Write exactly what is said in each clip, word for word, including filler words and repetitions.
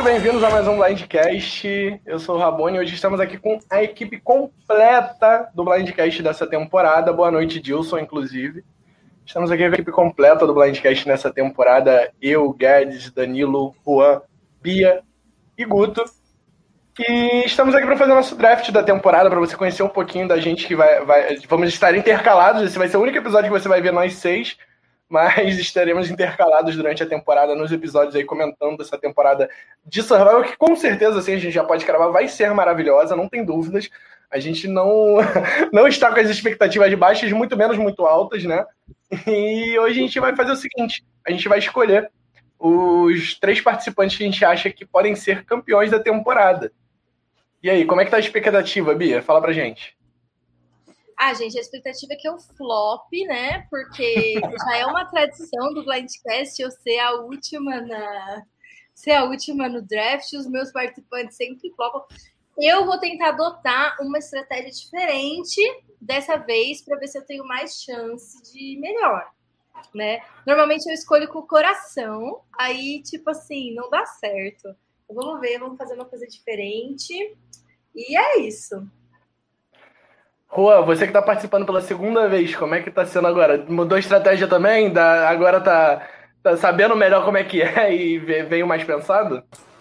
bem-vindos a mais um Blindcast. Eu sou o Rabone e hoje estamos aqui com a equipe completa do Blindcast dessa temporada. Boa noite, Dilson, inclusive. Estamos aqui com a equipe completa do Blindcast nessa temporada. Eu, Guedes, Danilo, Juan, Bia e Guto. E estamos aqui para fazer o nosso draft da temporada, para você conhecer um pouquinho da gente que vai, vai... Vamos estar intercalados, esse vai ser o único episódio que você vai ver nós seis, mas estaremos intercalados durante a temporada nos episódios aí comentando essa temporada de Survival, que com certeza, assim, a gente já pode cravar, vai ser maravilhosa, não tem dúvidas. A gente não, não está com as expectativas baixas, muito menos muito altas, né? E hoje a gente vai fazer o seguinte, a gente vai escolher os três participantes que a gente acha que podem ser campeões da temporada. E aí, como é que tá a expectativa, Bia? Fala pra gente. Ah, gente, a expectativa é que eu flop, né? Porque já é uma tradição do Blindcast eu ser a última na ser a última no draft, os meus participantes sempre flopam. Eu vou tentar adotar uma estratégia diferente dessa vez para ver se eu tenho mais chance de melhor, né? Normalmente eu escolho com o coração, aí, tipo assim, não dá certo. Então, vamos ver, vamos fazer uma coisa diferente. E é isso. Juan, você que está participando pela segunda vez, como é que está sendo agora? Mudou a estratégia também? Da, agora tá, tá sabendo melhor como é que é e veio mais pensado?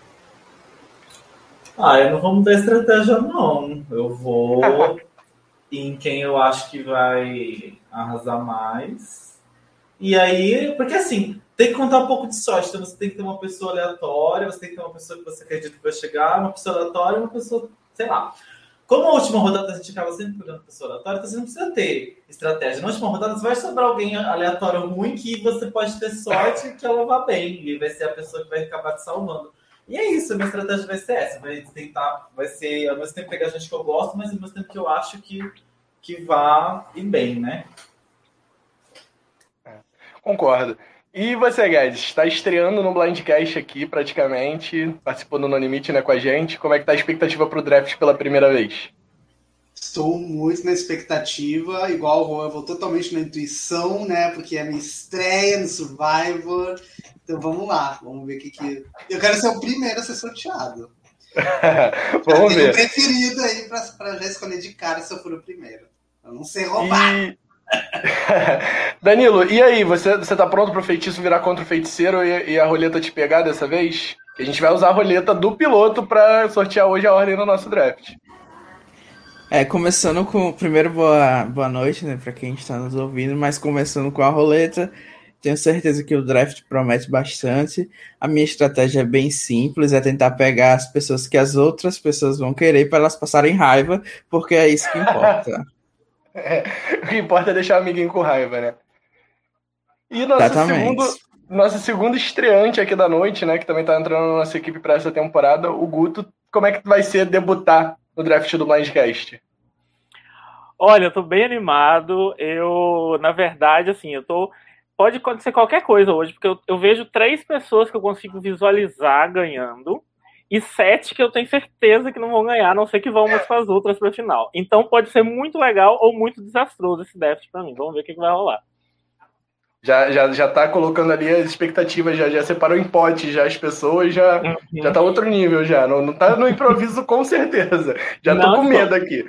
Ah, eu não vou mudar a estratégia, não. Eu vou em quem eu acho que vai arrasar mais. E aí, porque assim, tem que contar um pouco de sorte. Então você tem que ter uma pessoa aleatória, você tem que ter uma pessoa que você acredita que vai chegar, uma pessoa aleatória e uma pessoa, sei lá. Como a última rodada a gente acaba sempre pegando pessoa aleatória, então você não precisa ter estratégia. Na última rodada você vai sobrar alguém aleatório ruim que você pode ter sorte que ela vá bem. E vai ser a pessoa que vai acabar te salvando. E é isso, a minha estratégia vai ser essa. Vai tentar, vai ser ao mesmo tempo pegar gente que eu gosto, mas ao mesmo tempo que eu acho que, que vá ir bem, né? Concordo. E você, Guedes, está estreando no Blindcast aqui praticamente, participando no Limite, né, com a gente. Como é que tá a expectativa para o draft pela primeira vez? Estou muito na expectativa, igual o Juan, eu vou totalmente na intuição, né, porque é a minha estreia no Survivor. Então vamos lá, vamos ver o que que... Eu quero ser o primeiro a ser sorteado. Vamos ver. Eu tenho um preferido aí para já escolher de cara se eu for o primeiro. Pra não ser roubado. E... Danilo, e aí, você, você tá pronto pro feitiço virar contra o feiticeiro e, e a roleta te pegar dessa vez? Que a gente vai usar a roleta do piloto pra sortear hoje a ordem do nosso draft. É, começando com... Primeiro, boa, boa noite, né, pra quem está nos ouvindo, mas começando com a roleta, tenho certeza que o draft promete bastante. A minha estratégia é bem simples, é tentar pegar as pessoas que as outras pessoas vão querer para elas passarem raiva, porque é isso que importa. É, o que importa é deixar o amiguinho com raiva, né? E nosso segundo, nosso segundo estreante aqui da noite, né? Que também tá entrando na nossa equipe para essa temporada, o Guto. Como é que vai ser debutar no draft do Blindcast? Olha, eu tô bem animado. Eu, na verdade, assim, eu tô... Pode acontecer qualquer coisa hoje, porque eu, eu vejo três pessoas que eu consigo visualizar ganhando. E sete que eu tenho certeza que não vão ganhar, a não ser que vão umas para as outras para a final. Então pode ser muito legal ou muito desastroso esse draft para mim. Vamos ver o que, que vai rolar. Já, já, já tá colocando ali as expectativas, já, já separou em pote, já as pessoas, já, uhum. já tá outro nível já. Não, não tá no improviso com certeza. Já tô não, com medo aqui.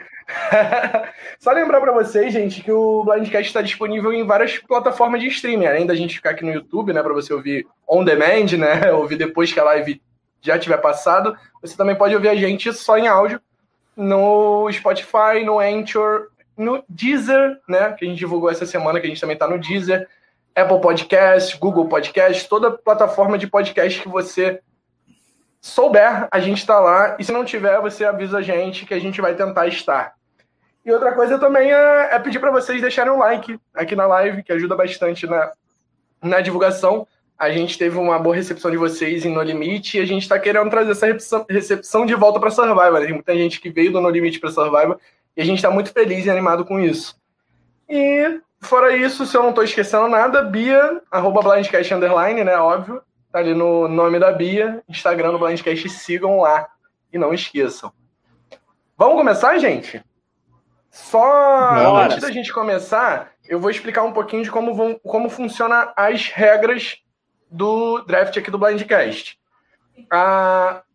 Só lembrar para vocês, gente, que o Blindcast está disponível em várias plataformas de streaming. Além da gente ficar aqui no YouTube, né, para você ouvir on demand, né, ouvir depois que a live já tiver passado, você também pode ouvir a gente só em áudio no Spotify, no Anchor, no Deezer, né, que a gente divulgou essa semana, que a gente também tá no Deezer, Apple Podcast, Google Podcast, toda plataforma de podcast que você souber, a gente tá lá, e se não tiver, você avisa a gente que a gente vai tentar estar. E outra coisa também é, é pedir para vocês deixarem um like aqui na live, que ajuda bastante na, na divulgação. A gente teve uma boa recepção de vocês em No Limite e a gente está querendo trazer essa recepção, recepção de volta para Survivor. Tem muita gente que veio do No Limite para Survivor e a gente está muito feliz e animado com isso. E, fora isso, se eu não estou esquecendo nada, Bia, arroba Blindcast underline, né, óbvio. Tá ali no nome da Bia, Instagram do Blindcast, sigam lá e não esqueçam. Vamos começar, gente? Só Bora. Antes da gente começar, eu vou explicar um pouquinho de como, vão, como funcionam as regras do draft aqui do Blindcast. Ah,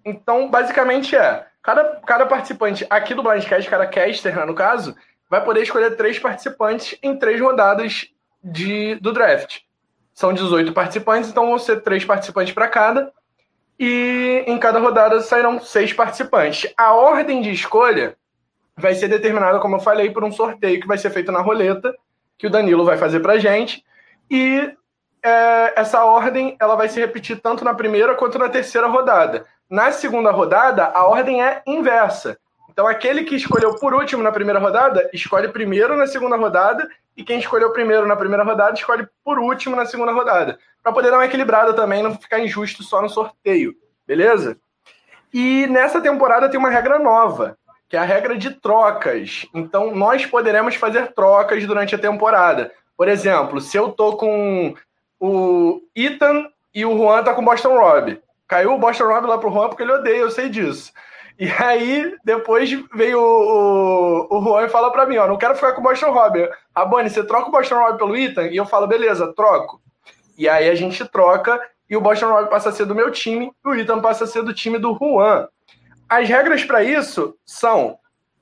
Então, basicamente é, cada, cada participante aqui do Blindcast, cada caster, né, no caso, vai poder escolher três participantes em três rodadas de, do draft. São dezoito participantes, então vão ser três participantes para cada, e em cada rodada sairão seis participantes. A ordem de escolha vai ser determinada, como eu falei, por um sorteio que vai ser feito na roleta, que o Danilo vai fazer pra gente, e é, essa ordem ela vai se repetir tanto na primeira quanto na terceira rodada. Na segunda rodada, a ordem é inversa. Então, aquele que escolheu por último na primeira rodada, escolhe primeiro na segunda rodada, e quem escolheu primeiro na primeira rodada, escolhe por último na segunda rodada. Para poder dar uma equilibrada também, não ficar injusto só no sorteio, beleza? E nessa temporada tem uma regra nova, que é a regra de trocas. Então, nós poderemos fazer trocas durante a temporada. Por exemplo, se eu tô com o Ethan e o Juan tá com o Boston Rob. Caiu o Boston Rob lá pro Juan porque ele odeia, eu sei disso. E aí, depois veio o, o, o Juan e fala pra mim, ó, não quero ficar com o Boston Rob. Rabone, você troca o Boston Rob pelo Ethan? E eu falo, beleza, troco. E aí a gente troca e o Boston Rob passa a ser do meu time e o Ethan passa a ser do time do Juan. As regras para isso são,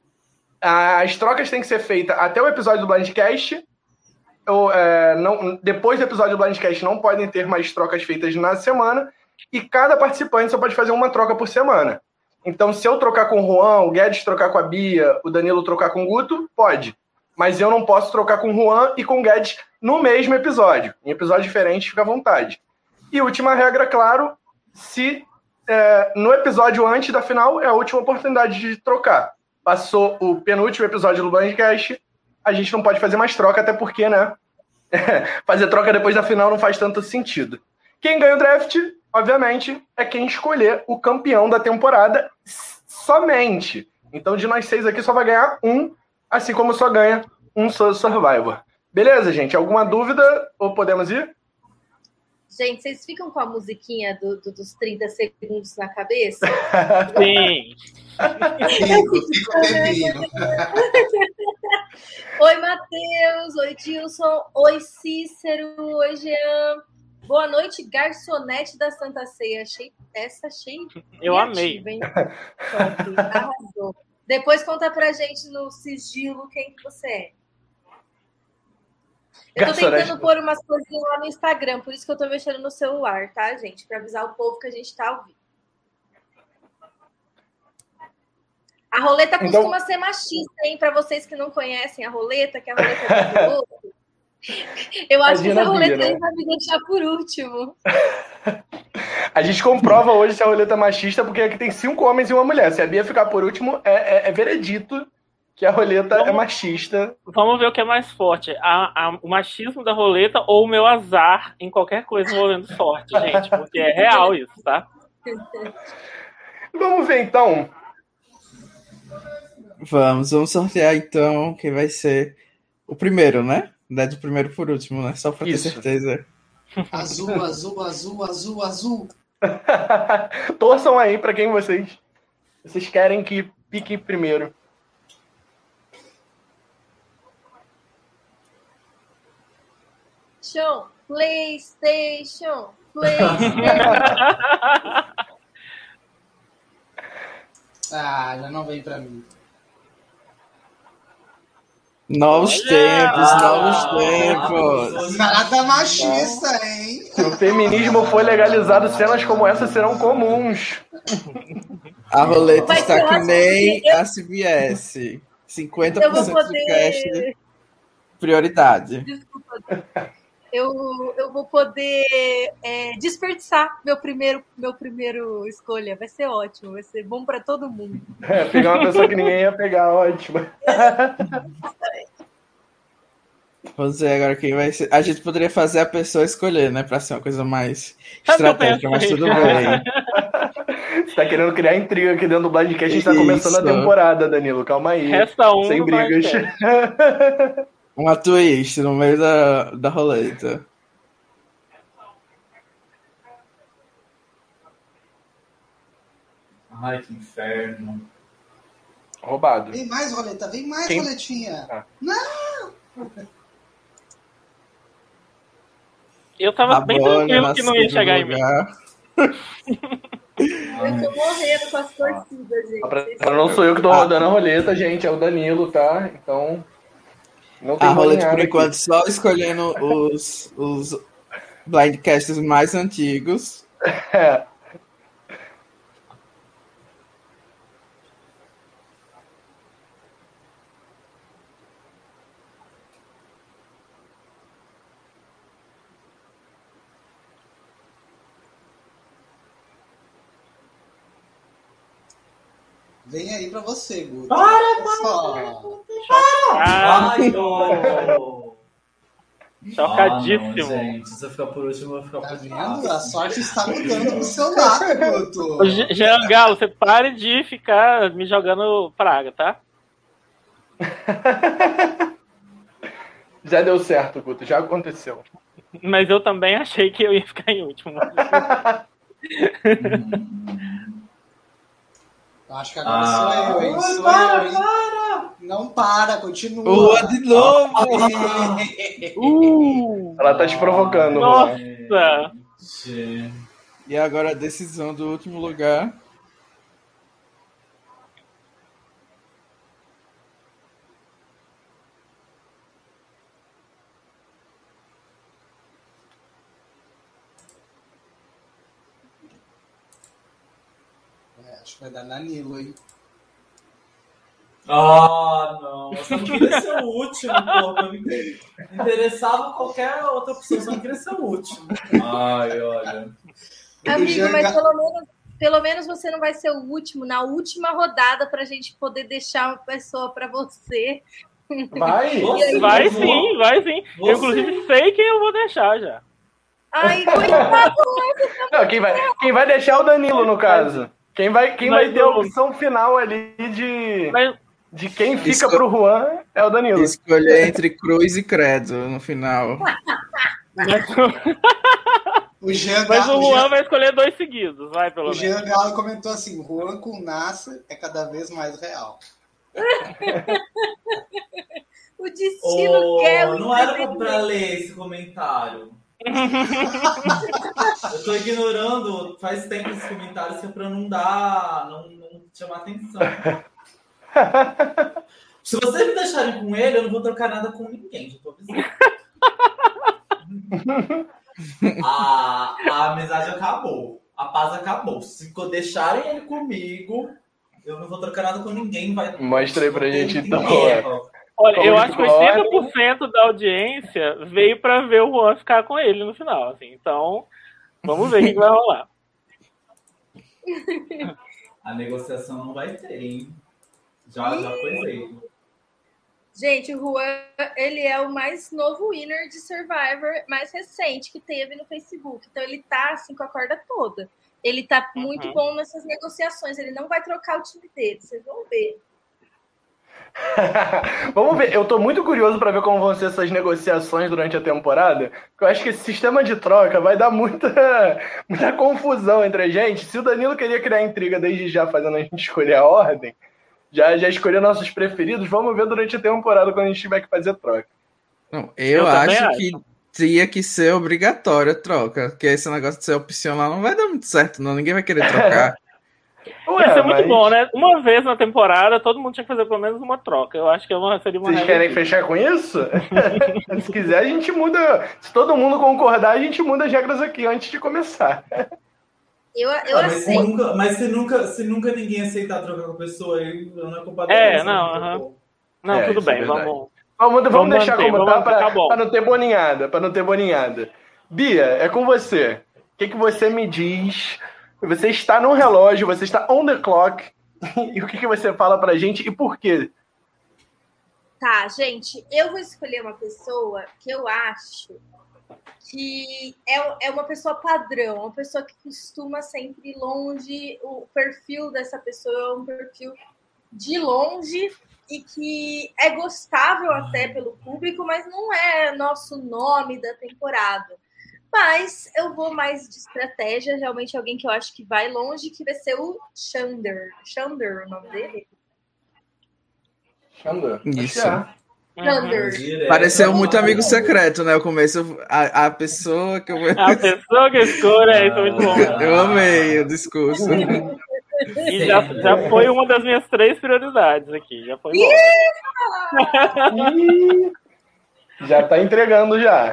as trocas têm que ser feitas até o episódio do Blindcast, ou, é, não, depois do episódio do Blindcast não podem ter mais trocas feitas na semana, e cada participante só pode fazer uma troca por semana. Então, se eu trocar com o Juan, o Guedes trocar com a Bia, o Danilo trocar com o Guto, pode. Mas eu não posso trocar com o Juan e com o Guedes no mesmo episódio. Em episódio diferente, fica à vontade. E última regra, claro, se é, no episódio antes da final é a última oportunidade de trocar. Passou o penúltimo episódio do Blindcast, a gente não pode fazer mais troca, até porque, né? Fazer troca depois da final não faz tanto sentido. Quem ganha o draft, obviamente, é quem escolher o campeão da temporada somente. Então, de nós seis aqui, só vai ganhar um, assim como só ganha um Survivor. Beleza, gente? Alguma dúvida ou podemos ir? Gente, vocês ficam com a musiquinha do, do, dos trinta segundos na cabeça? Sim. Fico, fico bebendo. Oi, Matheus. Oi, Dilson. Oi, Cícero. Oi, Jean. Boa noite, garçonete da Santa Ceia. Achei, essa achei Eu amei. Hein? Top, arrasou. Depois conta pra gente no sigilo quem que você é. Eu tô Garçonete. tentando pôr umas coisinhas lá no Instagram, por isso que eu tô mexendo no celular, tá, gente? Pra avisar o povo que a gente tá ao vivo. A roleta costuma então... ser machista, hein? Pra vocês que não conhecem a roleta, que é a roleta do piloto. Eu acho que essa roleta né? vai me deixar por último. A gente comprova hoje se a roleta é machista, porque aqui tem cinco homens e uma mulher. Se a Bia ficar por último, é, é, é veredito que a roleta vamos, é machista. Vamos ver o que é mais forte. A, a, o machismo da roleta ou o meu azar em qualquer coisa envolvendo sorte, gente. Porque é real isso, tá? Vamos ver, então. Vamos, vamos sortear, então, quem vai ser o primeiro, né? Dá de primeiro por último, né? Só pra ter isso. certeza. Azul, azul, azul, azul, azul. Torçam aí pra quem vocês, vocês querem que pique primeiro. Show, PlayStation, PlayStation. Ah, já não vem pra mim. Novos Olha! tempos, novos Ah, tempos. Nada machista, hein? Se o feminismo for legalizado, cenas como essa serão comuns. A roleta Vai está ser que ótimo, nem eu- a C B S. cinquenta Eu por vou cento do poder. cast, prioridade. Desculpa. Eu, eu vou poder é, desperdiçar meu primeiro, meu primeiro escolha. Vai ser ótimo, vai ser bom para todo mundo. É, pegar uma pessoa que ninguém ia pegar, ótimo. Vamos ver agora quem vai ser. A gente poderia fazer a pessoa escolher, né? Pra ser uma coisa mais Sabe o que eu estratégica, mas pensei? tudo bem. Você tá querendo criar intriga aqui dentro do Blindcast, a gente tá Isso. começando a temporada, Danilo. Calma aí. Resta um Sem no brigas. Blindcast. Uma twist no meio da, da roleta. Ai, que inferno. Roubado. Vem mais, roleta, vem mais, Quem- roletinha. Ah. Não! Eu tava A bem bola tranquilo na que não ia segundo chegar em mim. lugar. Eu tô morrendo com as torcidas, gente. Não sou eu que tô rodando a roleta, gente, é o Danilo, tá? Então. Não tem a roleta, por aqui. enquanto, só escolhendo os, os blindcasts mais antigos. É. Vem aí pra você, Guto. Para, para, Ah, Ai, oh. chocadíssimo. Ah, não, gente, se eu ficar por último, eu vou ficar Tá por vendo? fácil. A sorte está mudando pro seu lado, Guto. Ô, Je- Jean Galo, você pare de ficar me jogando praga, tá? Já deu certo, Guto, já aconteceu. Mas eu também achei que eu ia ficar em último. Eu acho que agora Ah, sou eu, hein? ai, Sou para, eu, hein? para. Não para, continua. Boa de novo! Uh, Ela tá te provocando, Juan. nossa! Gente. E agora a decisão do último lugar. É, acho que vai dar Danilo, hein? Ah, não. Eu só não queria ser o último, pô. Pra me me interessava qualquer outra opção, eu só não queria ser o último. Ai, olha. Amigo, O mas Jean- pelo menos, pelo menos você não vai ser o último na última rodada pra gente poder deixar uma pessoa pra você. Vai! Você Vai mesmo? sim, vai sim. Eu, Você. inclusive, sei quem eu vou deixar já. Ai, coitado. Não, quem, vai, quem vai deixar é o Danilo, no caso. Quem vai, quem vai Mas ter a eu- opção final ali de, Mas, de quem fica Isso- pro Juan é o Danilo. Escolher entre cruz e credo no final. mas, O Jean, mas Ga- o o Juan Jean, vai escolher dois seguidos, vai, pelo o menos. Jean Galo comentou assim: Juan com Nasser é cada vez mais real. O destino Oh, quer o não era pra, entretenimento. pra ler esse comentário. Eu tô ignorando faz tempo esses comentários que é pra não dar, não, não chamar atenção. Se vocês me deixarem com ele, eu não vou trocar nada com ninguém, já tô avisando. A, a amizade acabou, a paz acabou. Se deixarem ele comigo, eu não vou trocar nada com ninguém. Vai, Mostra aí pra não tem- gente, tem então. guerra. Olha, Como eu de acho que glória. oitenta por cento da audiência veio pra ver o Juan ficar com ele no final, assim. Então, vamos ver o que que vai rolar. A negociação não vai ter, hein? Já, já foi feito. Gente, o Juan, ele é o mais novo winner de Survivor, mais recente que teve no Facebook. Então ele tá assim com a corda toda. Ele tá muito Uhum. bom nessas negociações. Ele não vai trocar o time dele, vocês vão ver. Vamos ver, eu tô muito curioso pra ver como vão ser essas negociações durante a temporada, porque eu acho que esse sistema de troca vai dar muita, muita confusão entre a gente. Se o Danilo queria criar intriga desde já, fazendo a gente escolher a ordem, já, já escolheu nossos preferidos, vamos ver durante a temporada quando a gente tiver que fazer troca. Não, eu, Eu também acho, acho. que tinha que ser obrigatória a troca, porque esse negócio de ser opcional não vai dar muito certo, não. Ninguém vai querer trocar. Ué, Ia ser muito mas bom, né? Uma vez na temporada, todo mundo tinha que fazer pelo menos uma troca. Eu acho que é uma, seria uma vocês regra querem justa. fechar com isso? Se quiser, a gente muda. Se todo mundo concordar, a gente muda as regras aqui antes de começar. Eu, eu Ah, mas, se aceito. nunca, mas se nunca, se nunca ninguém aceitar trocar com a pessoa, aí não é culpa É, dela, não, né? aham. Não, É, tudo isso é bem, verdade. vamos. Vamos, vamos, Vamos deixar manter, como vamos tá, manter, tá pra, bom. pra não ter boninhada, pra não ter boninhada. Bia, é com você. O que, que você me diz? Você está no relógio, você está on the clock. E o que, que você fala pra gente e por quê? Tá, gente, eu vou escolher uma pessoa que eu acho que é, é uma pessoa padrão, uma pessoa que costuma sempre ir longe, o perfil dessa pessoa é um perfil de longe e que é gostável até pelo público, mas não é nosso nome da temporada. Mas eu vou mais de estratégia, realmente alguém que eu acho que vai longe, que vai ser o Xander. Xander, o nome dele? Xander. Isso. Acho que Thunder. Pareceu muito amigo secreto, né? O começo, a, a pessoa que eu... A pessoa que escolhe, é isso é muito bom. Eu amei o discurso. E já, já foi uma das minhas três prioridades aqui. Já foi bom. Ih, já tá entregando já.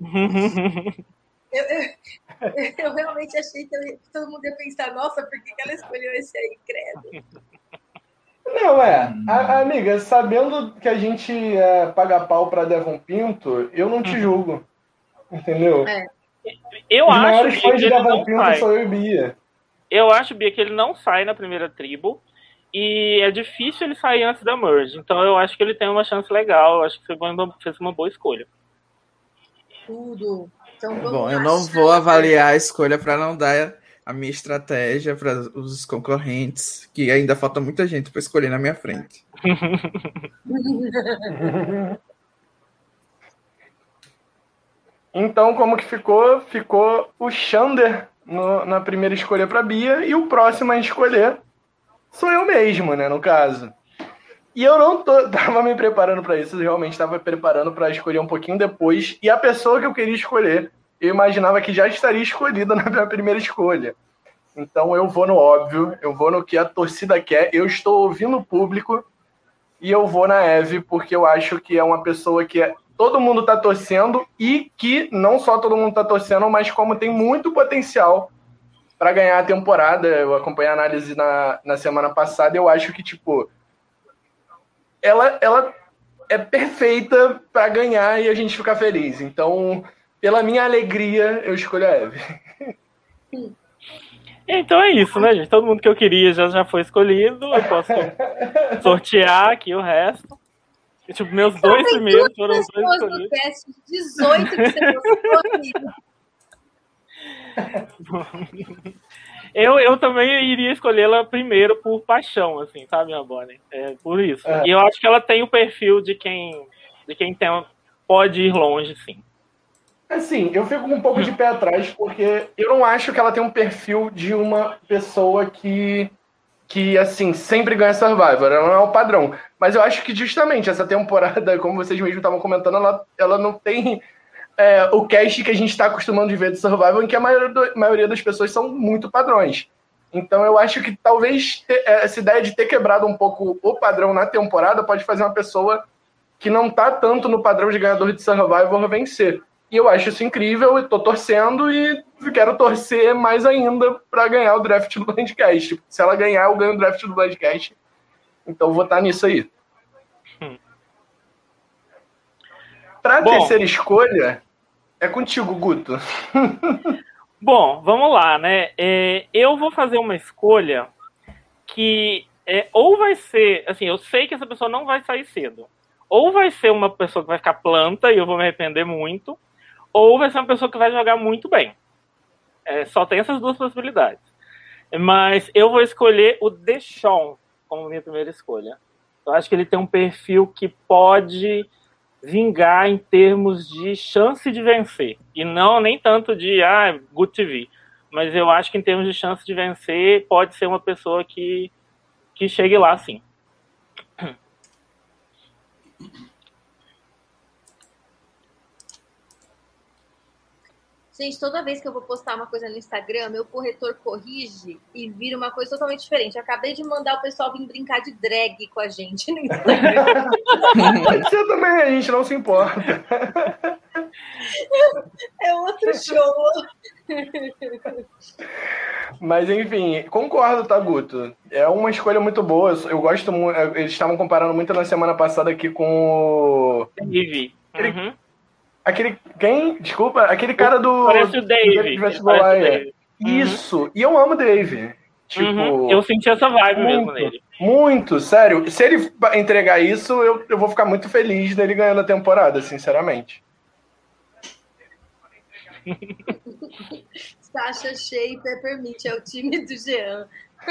Eu, eu, eu realmente achei que, eu, que todo mundo ia pensar, nossa, por que, que ela escolheu esse aí, credo? Não, é. A, a amiga, sabendo que a gente é, paga pau pra Devon Pinto, eu não te julgo. Entendeu? É. Eu Os acho maiores Bia, fãs que de ele Devon não Pinto sai. sou eu e Bia. Eu acho, Bia, que ele não sai na primeira tribo. E é difícil ele sair antes da merge. Então eu acho que ele tem uma chance legal. Eu acho que você fez uma boa escolha. Tudo. Então, vamos Bom, eu lá. não vou avaliar a escolha para não dar a minha estratégia para os concorrentes, que ainda falta muita gente para escolher na minha frente. Então, como que ficou? Ficou o Xander no, na primeira escolha para Bia, e o próximo a escolher sou eu mesmo, né, no caso. E eu não tô, tava me preparando para isso, eu realmente estava preparando para escolher um pouquinho depois, e a pessoa que eu queria escolher, eu imaginava que já estaria escolhida na minha primeira escolha. Então eu vou no óbvio, eu vou no que a torcida quer, eu estou ouvindo o público, e eu vou na Eve, porque eu acho que é uma pessoa que é, todo mundo está torcendo, e que não só todo mundo está torcendo, mas como tem muito potencial para ganhar a temporada. Eu acompanhei a análise na, na semana passada, eu acho que, tipo, ela, ela é perfeita para ganhar e a gente ficar feliz. Então, pela minha alegria, eu escolho a Eve. Então é isso, né, gente? Todo mundo que eu queria já, já foi escolhido. Eu posso sortear aqui o resto. E, tipo, meus dois primeiros foram os dois escolhidos. Cast, dezoito que você eu, eu também iria escolhê-la primeiro por paixão, assim, sabe, minha Bonnie? É por isso. É. E eu acho que ela tem o perfil de quem, de quem tem, pode ir longe, sim. Assim, eu fico com um pouco de pé atrás, porque eu não acho que ela tem um perfil de uma pessoa que, que assim, sempre ganha Survivor. Ela não é o padrão. Mas eu acho que justamente essa temporada, como vocês mesmos estavam comentando, ela, ela não tem é, o cast que a gente está acostumado de ver de Survivor, em que a maioria, do, a maioria das pessoas são muito padrões. Então eu acho que talvez ter, essa ideia de ter quebrado um pouco o padrão na temporada pode fazer uma pessoa que não está tanto no padrão de ganhador de Survivor vencer. E eu acho isso incrível, e tô torcendo, e quero torcer mais ainda para ganhar o draft do Blindcast. Se ela ganhar, eu ganho o draft do Blindcast. Então vou estar nisso aí. Hum. Para a Bom. terceira escolha, é contigo, Guto. Bom, vamos lá, né? É, eu vou fazer uma escolha que é, ou vai ser, assim, eu sei que essa pessoa não vai sair cedo. Ou vai ser uma pessoa que vai ficar planta e eu vou me arrepender muito, ou vai ser uma pessoa que vai jogar muito bem. É, só tem essas duas possibilidades. Mas eu vou escolher o Deshaun como minha primeira escolha. Eu acho que ele tem um perfil que pode vingar em termos de chance de vencer. E não nem tanto de, ah, good T V. Mas eu acho que em termos de chance de vencer, pode ser uma pessoa que, que chegue lá, sim. Gente, toda vez que eu vou postar uma coisa no Instagram, meu corretor corrige e vira uma coisa totalmente diferente. Eu acabei de mandar o pessoal vir brincar de drag com a gente no Instagram. Pode ser também, a gente não se importa. É outro show. Mas, enfim, concordo, tá, Guto? É uma escolha muito boa. Eu gosto muito. Eles estavam comparando muito na semana passada aqui com o. Dave. Uhum. Aquele. Quem? Desculpa, aquele cara do. Parece o Dave. Do Parece o Dave. Isso. Uhum. E eu amo o Dave. Tipo. Uhum. Eu senti essa vibe muito, mesmo nele. Muito, sério. Se ele entregar isso, eu, eu vou ficar muito feliz dele ganhando a temporada, sinceramente. Sasha, Shea e Peppermint é o time do Jean.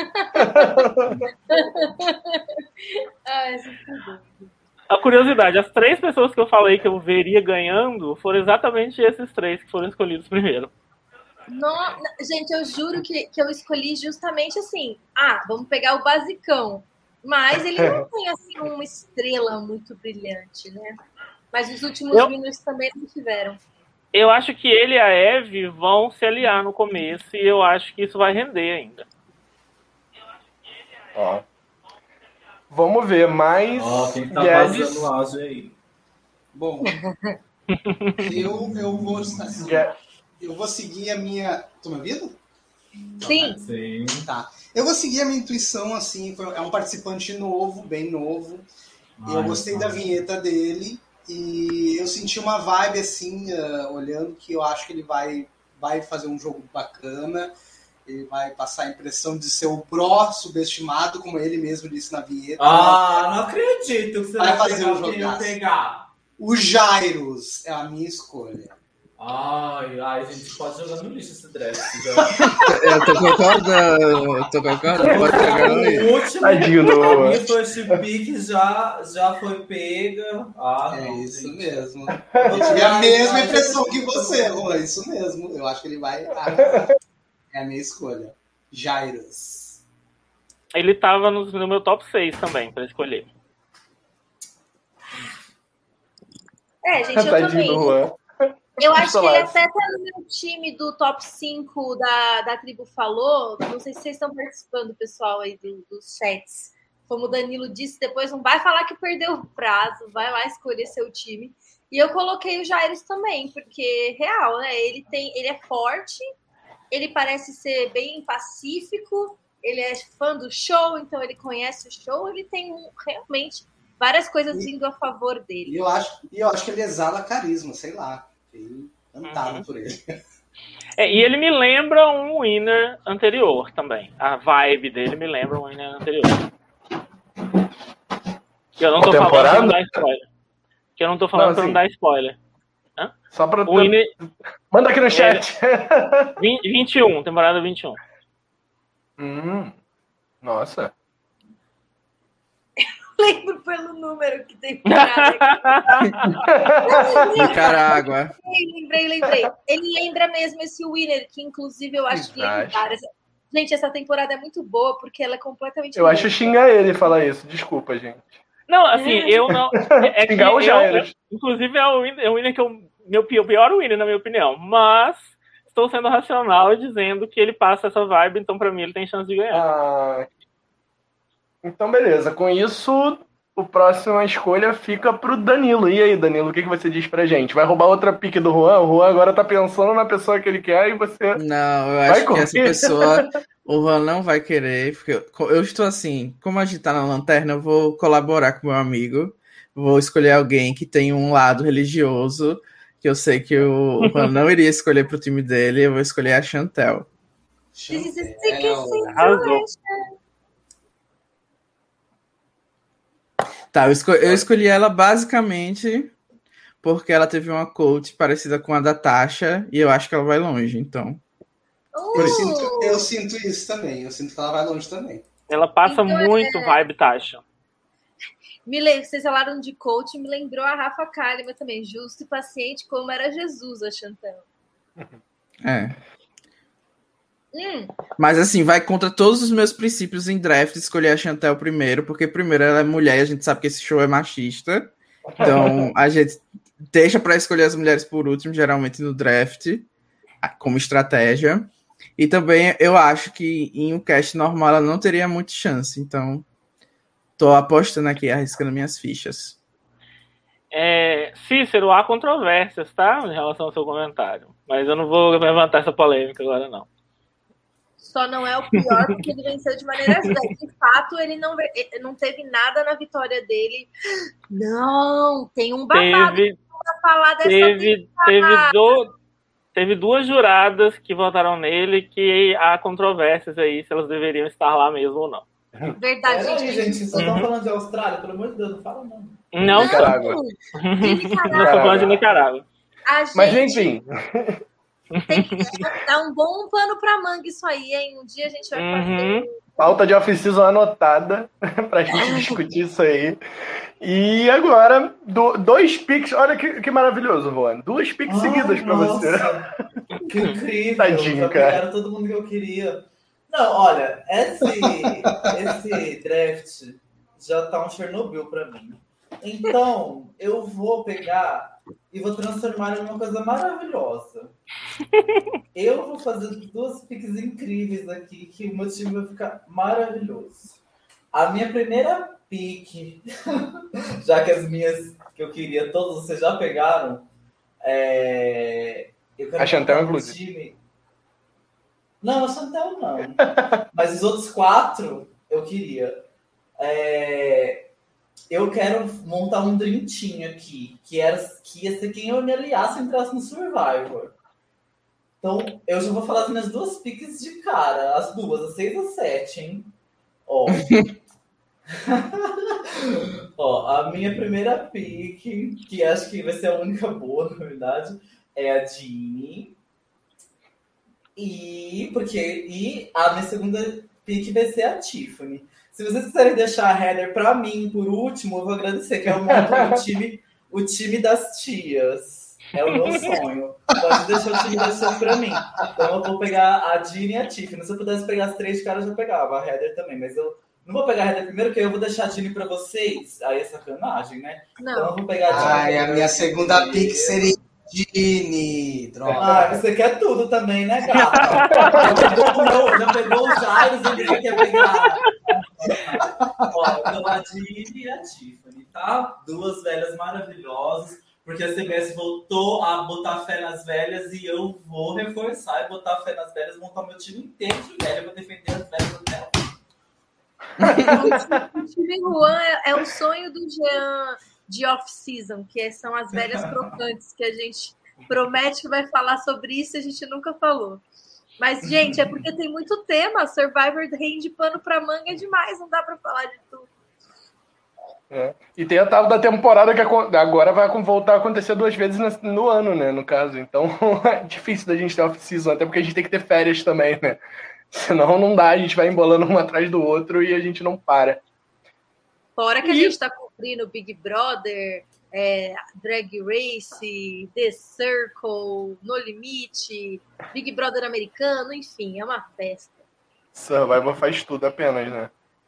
Ai, isso é tudo. A curiosidade, as três pessoas que eu falei que eu veria ganhando foram exatamente esses três que foram escolhidos primeiro. No... Gente, eu juro que, que eu escolhi justamente assim. Ah, vamos pegar o basicão. Mas ele não tem, assim, uma estrela muito brilhante, né? Mas os últimos Eu... Winners também não tiveram. Eu acho que ele e a Eve vão se aliar no começo e eu acho que isso vai render ainda. Ó. Vamos ver, mas... Ó, quem tá Guedes... vazando o áudio aí? Bom, eu, eu, vou, assim, eu vou seguir a minha... Tô me ouvindo? Sim. Sim. Tá. Eu vou seguir a minha intuição, assim, é um participante novo, bem novo. Ai, eu gostei da vinheta dele e eu senti uma vibe, assim, uh, olhando, que eu acho que ele vai, vai fazer um jogo bacana. Ele vai passar a impressão de ser o pró subestimado, como ele mesmo disse na vinheta. Ah, não acredito que você vai vai fazer pegar um quem eu jogaço. pegar. O Jairus é a minha escolha. Ai, ai, a gente pode jogar no lixo esse draft. Eu tô concordando, eu tô concordando, pode jogar no lixo. O último, Tadinho do a minha first pick já, já foi pega. Ah, é não, isso gente. mesmo. Eu tive a mesma impressão que você, Rô. É isso mesmo. Eu acho que ele vai... É a minha escolha. Jairus. Ele tava no, no meu top seis também, pra escolher. É, gente, eu Tadinho também. do Juan. Eu acho que ele Falar. até tá no meu time do top cinco da, da Tribo Falou. Não sei se vocês estão participando, pessoal, aí do, dos chats. Como o Danilo disse, depois não vai falar que perdeu o prazo, vai lá escolher seu time. E eu coloquei o Jairus também, porque, real, né? Ele, tem, ele é forte, ele parece ser bem pacífico, ele é fã do show, então ele conhece o show, ele tem realmente várias coisas E- vindo a favor dele. E eu acho, e eu acho que ele exala carisma, sei lá. Fiquei encantado Uhum. por ele. É, e ele me lembra um winner anterior também. A vibe dele me lembra um winner anterior. Que eu não tô falando pra Temporada? não dar spoiler. Que eu não tô falando Não, pra não assim, dar spoiler. Só pra... O winner Manda aqui no chat. vinte, vinte e um, temporada vinte e um. hum, nossa. Lembro pelo número que tem parado Nicarágua. Lembrei, lembrei. Ele lembra mesmo esse winner, que inclusive eu acho que Exato. lembra várias. Gente, essa temporada é muito boa, porque ela é completamente Eu acho louca. xingar ele falar isso. Desculpa, gente. Não, assim, eu não. É que Xingar o eu, Jairus. eu- inclusive, é o winner, é o winner que eu. Meu pi- o pior winner, na minha opinião. Mas estou sendo racional e dizendo que ele passa essa vibe, então pra mim ele tem chance de ganhar. Ah, então, beleza. Com isso, o próximo escolha fica pro Danilo. E aí, Danilo, o que, que você diz pra gente? Vai roubar outra pique do Juan? O Juan agora tá pensando na pessoa que ele quer e você... Não, eu Vai acho que correr. essa pessoa, o Juan não vai querer, porque eu, eu estou assim, como a gente tá na lanterna, eu vou colaborar com meu amigo, vou escolher alguém que tem um lado religioso, que eu sei que o, o Juan não iria escolher pro time dele, eu vou escolher a Chantel. This is a sticky Arrasou. situation. Tá, eu, esco- eu escolhi ela basicamente porque ela teve uma coach parecida com a da Tasha, e eu acho que ela vai longe, então... Eu, Uh, sinto, eu sinto isso também. Eu sinto que ela vai longe também. Ela passa Então, muito vibe Tasha. me lem- Vocês falaram de coach, me lembrou a Rafa Kalimann também. Justo e paciente, como era Jesus, a Chantel. É. Hum, Mas assim, vai contra todos os meus princípios em draft escolher a Chantel primeiro, porque primeiro ela é mulher e a gente sabe que esse show é machista. Então a gente deixa pra escolher as mulheres por último, geralmente no draft, como estratégia. E também eu acho que em um cast normal ela não teria muita chance. Então tô apostando aqui, arriscando minhas fichas. É, Cícero, há controvérsias, tá? Em relação ao seu comentário. Mas eu não vou levantar essa polêmica agora, não. só não é o pior, porque ele venceu de maneira zero. De fato, ele não, ele não teve nada na vitória dele. Não, tem um babado Teve, pra falar dessa teve, temporada. teve, do, teve duas juradas que votaram nele que há controvérsias aí se elas deveriam estar lá mesmo ou não. Verdade, Pera aí, gente. gente, só estão Uhum. falando de Austrália, pelo amor de Deus, não fala não. Não, Nicarágua. De não tô Nicarágua. falando de Nicarágua. A gente Mas enfim, tem que dar um bom pano pra manga isso aí, hein? Um dia a gente vai fazer. Uhum. pauta de off-season anotada pra gente discutir isso aí. E agora, do- dois picks, olha que, que maravilhoso, Juan. Duas picks seguidas pra você. você. Que incrível. Tadinho, já cara. pegaram todo mundo que eu queria. Não, olha, esse, esse draft já tá um Chernobyl pra mim. Então, eu vou pegar e vou transformar em uma coisa maravilhosa. Eu vou fazer duas piques incríveis aqui, que o meu time vai ficar maravilhoso. A minha primeira pique, já que as minhas que eu queria, todas vocês já pegaram, é... eu quero a Chantel, um inclusive. Time... Não, a Chantel não. Mas os outros quatro eu queria. É... Eu quero montar um Dream Team aqui, que, era, que ia ser quem eu me aliasse e entrasse no Survivor. Então, eu já vou falar as minhas duas piques de cara, as duas, as seis e as sete, hein? Ó. Ó, a minha primeira pique, que acho que vai ser a única boa, na verdade, é a Jeannie. E, porque, e a minha segunda pique vai ser a Tiffany. Se vocês quiserem deixar a Heather pra mim, por último, eu vou agradecer, que é o, o, time, o time das tias. É o meu sonho. Pode deixar o time das tias pra mim. Então eu vou pegar a Jeannie e a Tiffany. Se eu pudesse pegar as três caras, eu já pegava. A Heather também, mas eu não vou pegar a Heather primeiro, porque eu vou deixar a Jeannie pra vocês. Aí é sacanagem, né? Não. Então eu vou pegar a Jeannie. Ai, a minha segunda pick seria Jeannie. Droga. Ah, você quer tudo também, né, gata? Já pegou, meu, já pegou os Jairus e você quer pegar. Ó, então a Jeannie e a Tiffany, tá? Duas velhas maravilhosas, porque a C B S voltou a botar fé nas velhas e eu vou reforçar e botar fé nas velhas, montar meu time inteiro de velha pra defender as velhas até o O time Juan é, é o sonho do Jean de off-season, que são as velhas crocantes, que a gente promete que vai falar sobre isso e a gente nunca falou. Mas, gente, é porque tem muito tema. Survivor rende pano pra manga demais, não dá pra falar de tudo. É. E tem a tal da temporada que agora vai voltar a acontecer duas vezes no ano, né, no caso. Então é difícil da gente ter off-season, até porque a gente tem que ter férias também, né? Senão não dá, a gente vai embolando um atrás do outro e a gente não para. Fora que e... a gente tá cumprindo Big Brother, é, Drag Race, The Circle, No Limite, Big Brother americano, enfim, é uma festa. Survivor faz tudo apenas, né?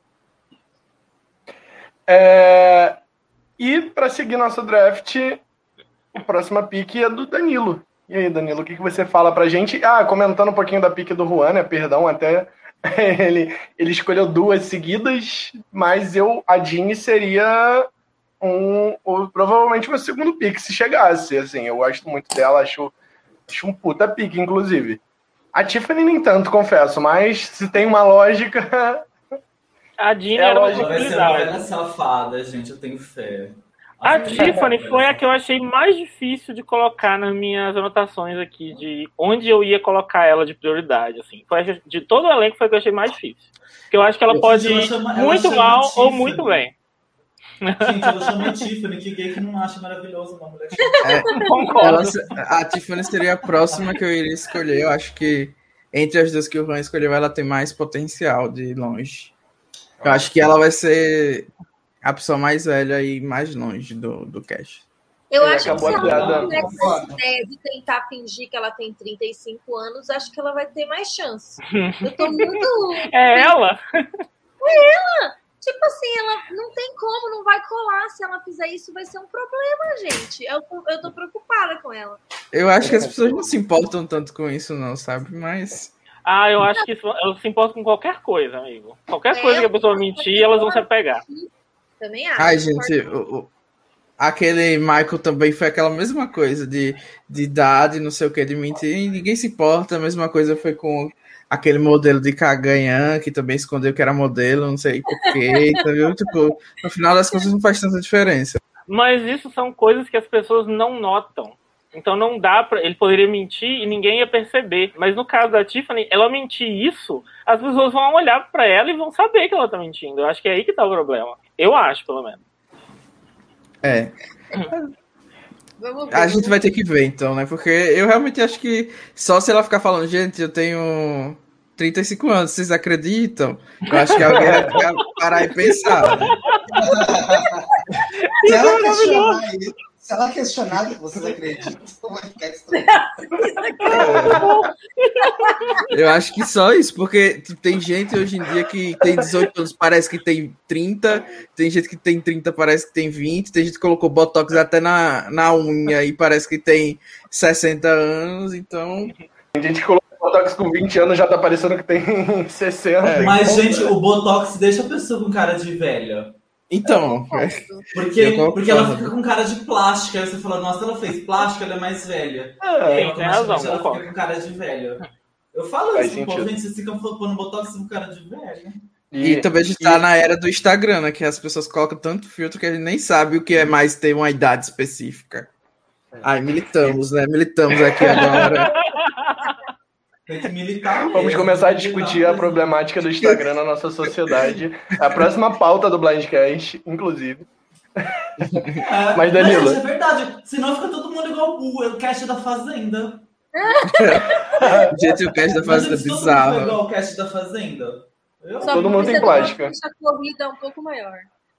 É... E para seguir nosso draft, a próxima pick é do Danilo. E aí, Danilo, o que, que você fala pra gente? Ah, comentando um pouquinho da pick do Juan, né? Perdão, até ele, ele escolheu duas seguidas, mas eu, a Jeannie seria um, um, provavelmente meu segundo pick, se chegasse. Assim, eu gosto muito dela, acho, acho um puta pick, inclusive. A Tiffany nem tanto, confesso, mas se tem uma lógica... A Jeannie É era uma lógico. Vai ser uma velha possibilidade. safada, gente, eu tenho fé. A Tiffany foi a que eu achei mais difícil de colocar nas minhas anotações aqui, de onde eu ia colocar ela de prioridade, assim. Foi a- de todo o elenco foi a que eu achei mais difícil. Porque eu acho que ela Eu pode ela ir chama- ela muito chama mal ou Tiffany. muito bem. Gente, ela chama Tiffany, que gay que não acha maravilhoso uma mulher que É, Concordo. ela, a Tiffany seria a próxima que eu iria escolher. Eu acho que entre as duas que o Juan escolheu, ela tem mais potencial de longe. Eu acho que ela vai ser a pessoa mais velha e mais longe do, do cast. Eu Ele acho que se acabou a ela piada. não tiver essa ideia de tentar fingir que ela tem trinta e cinco anos, acho que ela vai ter mais chance. Eu tô muito... É ela? Tipo assim, ela não tem como, não vai colar. Se ela fizer isso, vai ser um problema, gente. Eu, tô- eu tô preocupada com ela. Eu acho que as pessoas não se importam tanto com isso, não, sabe? Mas. Ah, eu acho que isso, eu se importo com qualquer coisa, amigo. Qualquer É, coisa que a pessoa mentir, elas vão se apegar. Também acho. Ai, gente, o, o- aquele Michael também foi aquela mesma coisa de, de idade, não sei o que, de mentir, e ninguém se importa. A mesma coisa foi com aquele modelo de Cagayan, que também escondeu que era modelo, não sei porquê, entendeu? Tipo, no final das contas não faz tanta diferença. Mas isso são coisas que as pessoas não notam. Então não dá pra... Ele poderia mentir e ninguém ia perceber. Mas no caso da Tiffany, ela mentir isso, as pessoas vão olhar pra ela e vão saber que ela tá mentindo. Eu acho que é aí que tá o problema. Eu acho, pelo menos. É. Vamos ver. A gente vai ter que ver, então, né? Porque eu realmente acho que só se ela ficar falando, gente, eu tenho trinta e cinco anos, vocês acreditam? Eu acho que alguém vai ficar- parar e pensar, né? Se ela questionar isso, Se ela questionar que vocês acreditam, vai ficar estranho. Eu acho que só isso, porque tem gente hoje em dia que tem dezoito anos, parece que tem trinta, tem gente que tem trinta, parece que tem vinte, tem gente que colocou Botox até na, na unha e parece que tem sessenta anos, então... Tem gente que colocou Botox com vinte anos já tá parecendo que tem sessenta. É, mas, gente, o Botox deixa a pessoa com cara de velha. Então, porque, porque ela fica com cara de plástica. Aí você fala, nossa, ela fez plástica, ela é mais velha. É, e aí, tem razão, ela fica com cara de velha. Eu falo Faz isso, pô, gente, vocês ficam pondo botox com cara de velha. E, e também a gente e... tá na era do Instagram, né? Que as pessoas colocam tanto filtro que a gente nem sabe o que é mais ter uma idade específica. Ai, militamos, né? Militamos aqui agora. Tem que militar mesmo. Vamos começar a discutir a problemática do Instagram na nossa sociedade. A próxima pauta do Blindcast, inclusive. É, mas, Danilo... Mas, é verdade. Senão fica todo mundo igual o cast da Fazenda. Gente, o cast da Fazenda é bizarro. Todo mundo igual o cast da Fazenda. Eu... Todo mundo tem plástica. A corrida é um pouco maior.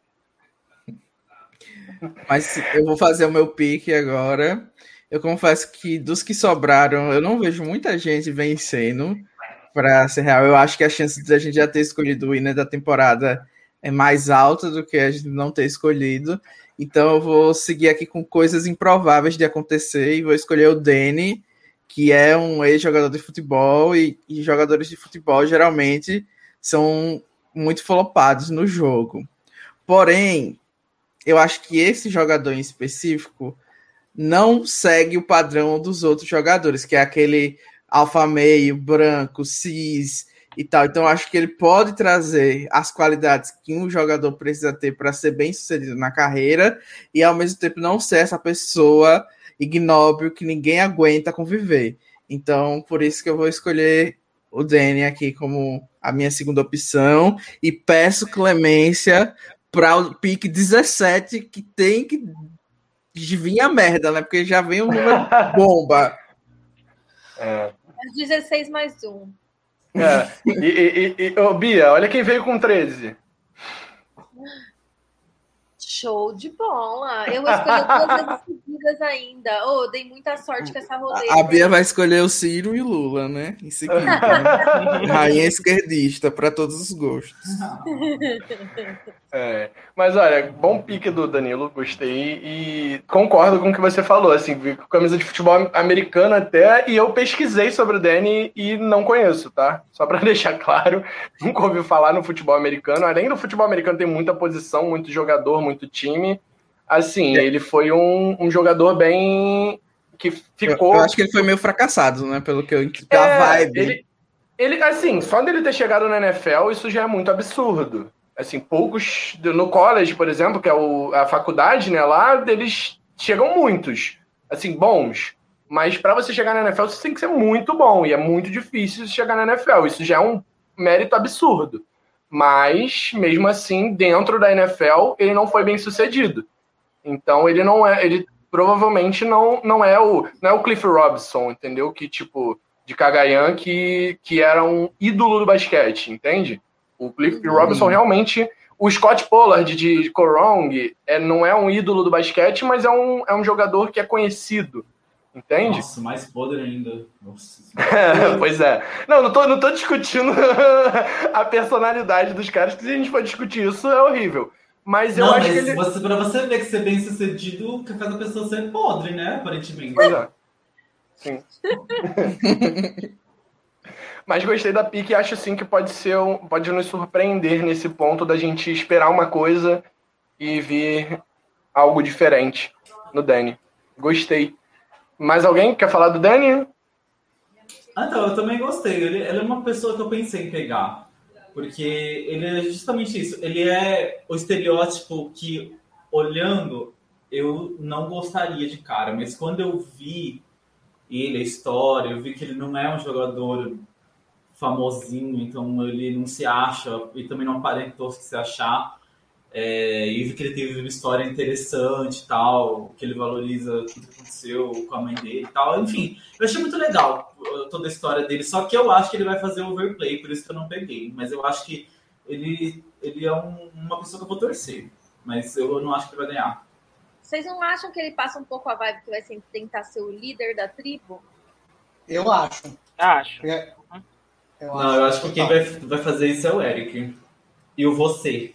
Mas eu vou fazer o meu pique agora. Eu confesso que dos que sobraram, eu não vejo muita gente vencendo, para ser real. Eu acho que a chance de a gente já ter escolhido o winner da temporada é mais alta do que a gente não ter escolhido. Então eu vou seguir aqui com coisas improváveis de acontecer e vou escolher o Danny, que é um ex-jogador de futebol, e, e jogadores de futebol geralmente são muito flopados no jogo. Porém, eu acho que esse jogador em específico não segue o padrão dos outros jogadores, que é aquele alfa meio, branco, cis e tal. Então, acho que ele pode trazer as qualidades que um jogador precisa ter para ser bem sucedido na carreira e, ao mesmo tempo, não ser essa pessoa ignóbil que ninguém aguenta conviver. Então, por isso que eu vou escolher o Danny aqui como a minha segunda opção e peço clemência para o pick dezessete, que tem que vir a merda, né? Porque já vem um número bomba. É. dezesseis mais um. É. E, e, e, e oh, Bia, olha quem veio com treze. Show de bola. Eu vou escolher duas vezes seguidas ainda. Oh, dei muita sorte com essa roleta. A Bia vai escolher o Ciro e o Lula, né? Em seguida. Rainha esquerdista, para todos os gostos. É. Mas olha, bom pique do Danilo, gostei e concordo com o que você falou, assim, vi camisa de futebol americano até, e eu pesquisei sobre o Danny e não conheço, tá? Só para deixar claro, nunca ouvi falar no futebol americano. Além do futebol americano tem muita posição, muito jogador, muito time. Assim, é. ele foi um, um jogador bem... que ficou... Eu, eu acho que ele foi meio fracassado, né? Pelo que eu... É, a vibe. Ele, ele, assim, só dele ter chegado na N F L, isso já é muito absurdo. Assim, poucos... No college, por exemplo, que é o, a faculdade, né? Lá, eles chegam muitos. Assim, bons. Mas para você chegar na N F L, você tem que ser muito bom. E é muito difícil chegar na N F L. Isso já é um mérito absurdo. Mas, mesmo assim, dentro da N F L, ele não foi bem sucedido. Então, ele não é... Ele provavelmente não, não, é, o, não é o Cliff Robinson, entendeu? Que, tipo, de Cagayan, que, que era um ídolo do basquete, entende? O Cliff uhum. Robinson realmente... O Scott Pollard de Corong é, não é um ídolo do basquete, mas é um, é um jogador que é conhecido. Entende? Nossa, mais podre ainda. Nossa. É, pois é. Não, não tô, não tô discutindo a personalidade dos caras, que se a gente for discutir isso, é horrível. Mas eu não, acho mas que ele... você, pra você ver que ser bem sucedido, que faz a pessoa ser podre, né? Aparentemente. Pois é. Sim. Mas gostei da pique e acho sim que pode ser um, pode nos surpreender nesse ponto da gente esperar uma coisa e vir algo diferente no Danny. Gostei. Mais alguém quer falar do Danny? Ah, então, eu também gostei. Ele, ele é uma pessoa que eu pensei em pegar. Porque ele é justamente isso. Ele é o estereótipo que, olhando, eu não gostaria de cara. Mas quando eu vi ele, a história, eu vi que ele não é um jogador famosinho, então ele não se acha, e também não aparentou se achar. É, e vi que ele teve uma história interessante e tal, que ele valoriza tudo que aconteceu com a mãe dele e tal. Enfim, eu achei muito legal toda a história dele, só que eu acho que ele vai fazer overplay, por isso que eu não peguei. Mas eu acho que ele, ele é um, uma pessoa que eu vou torcer, mas eu não acho que ele vai ganhar. Vocês não acham que ele passa um pouco a vibe que vai ser, tentar ser o líder da tribo? Eu acho. Acho. É, eu Não, eu acho que quem vai, vai fazer isso é o Eric. E o você.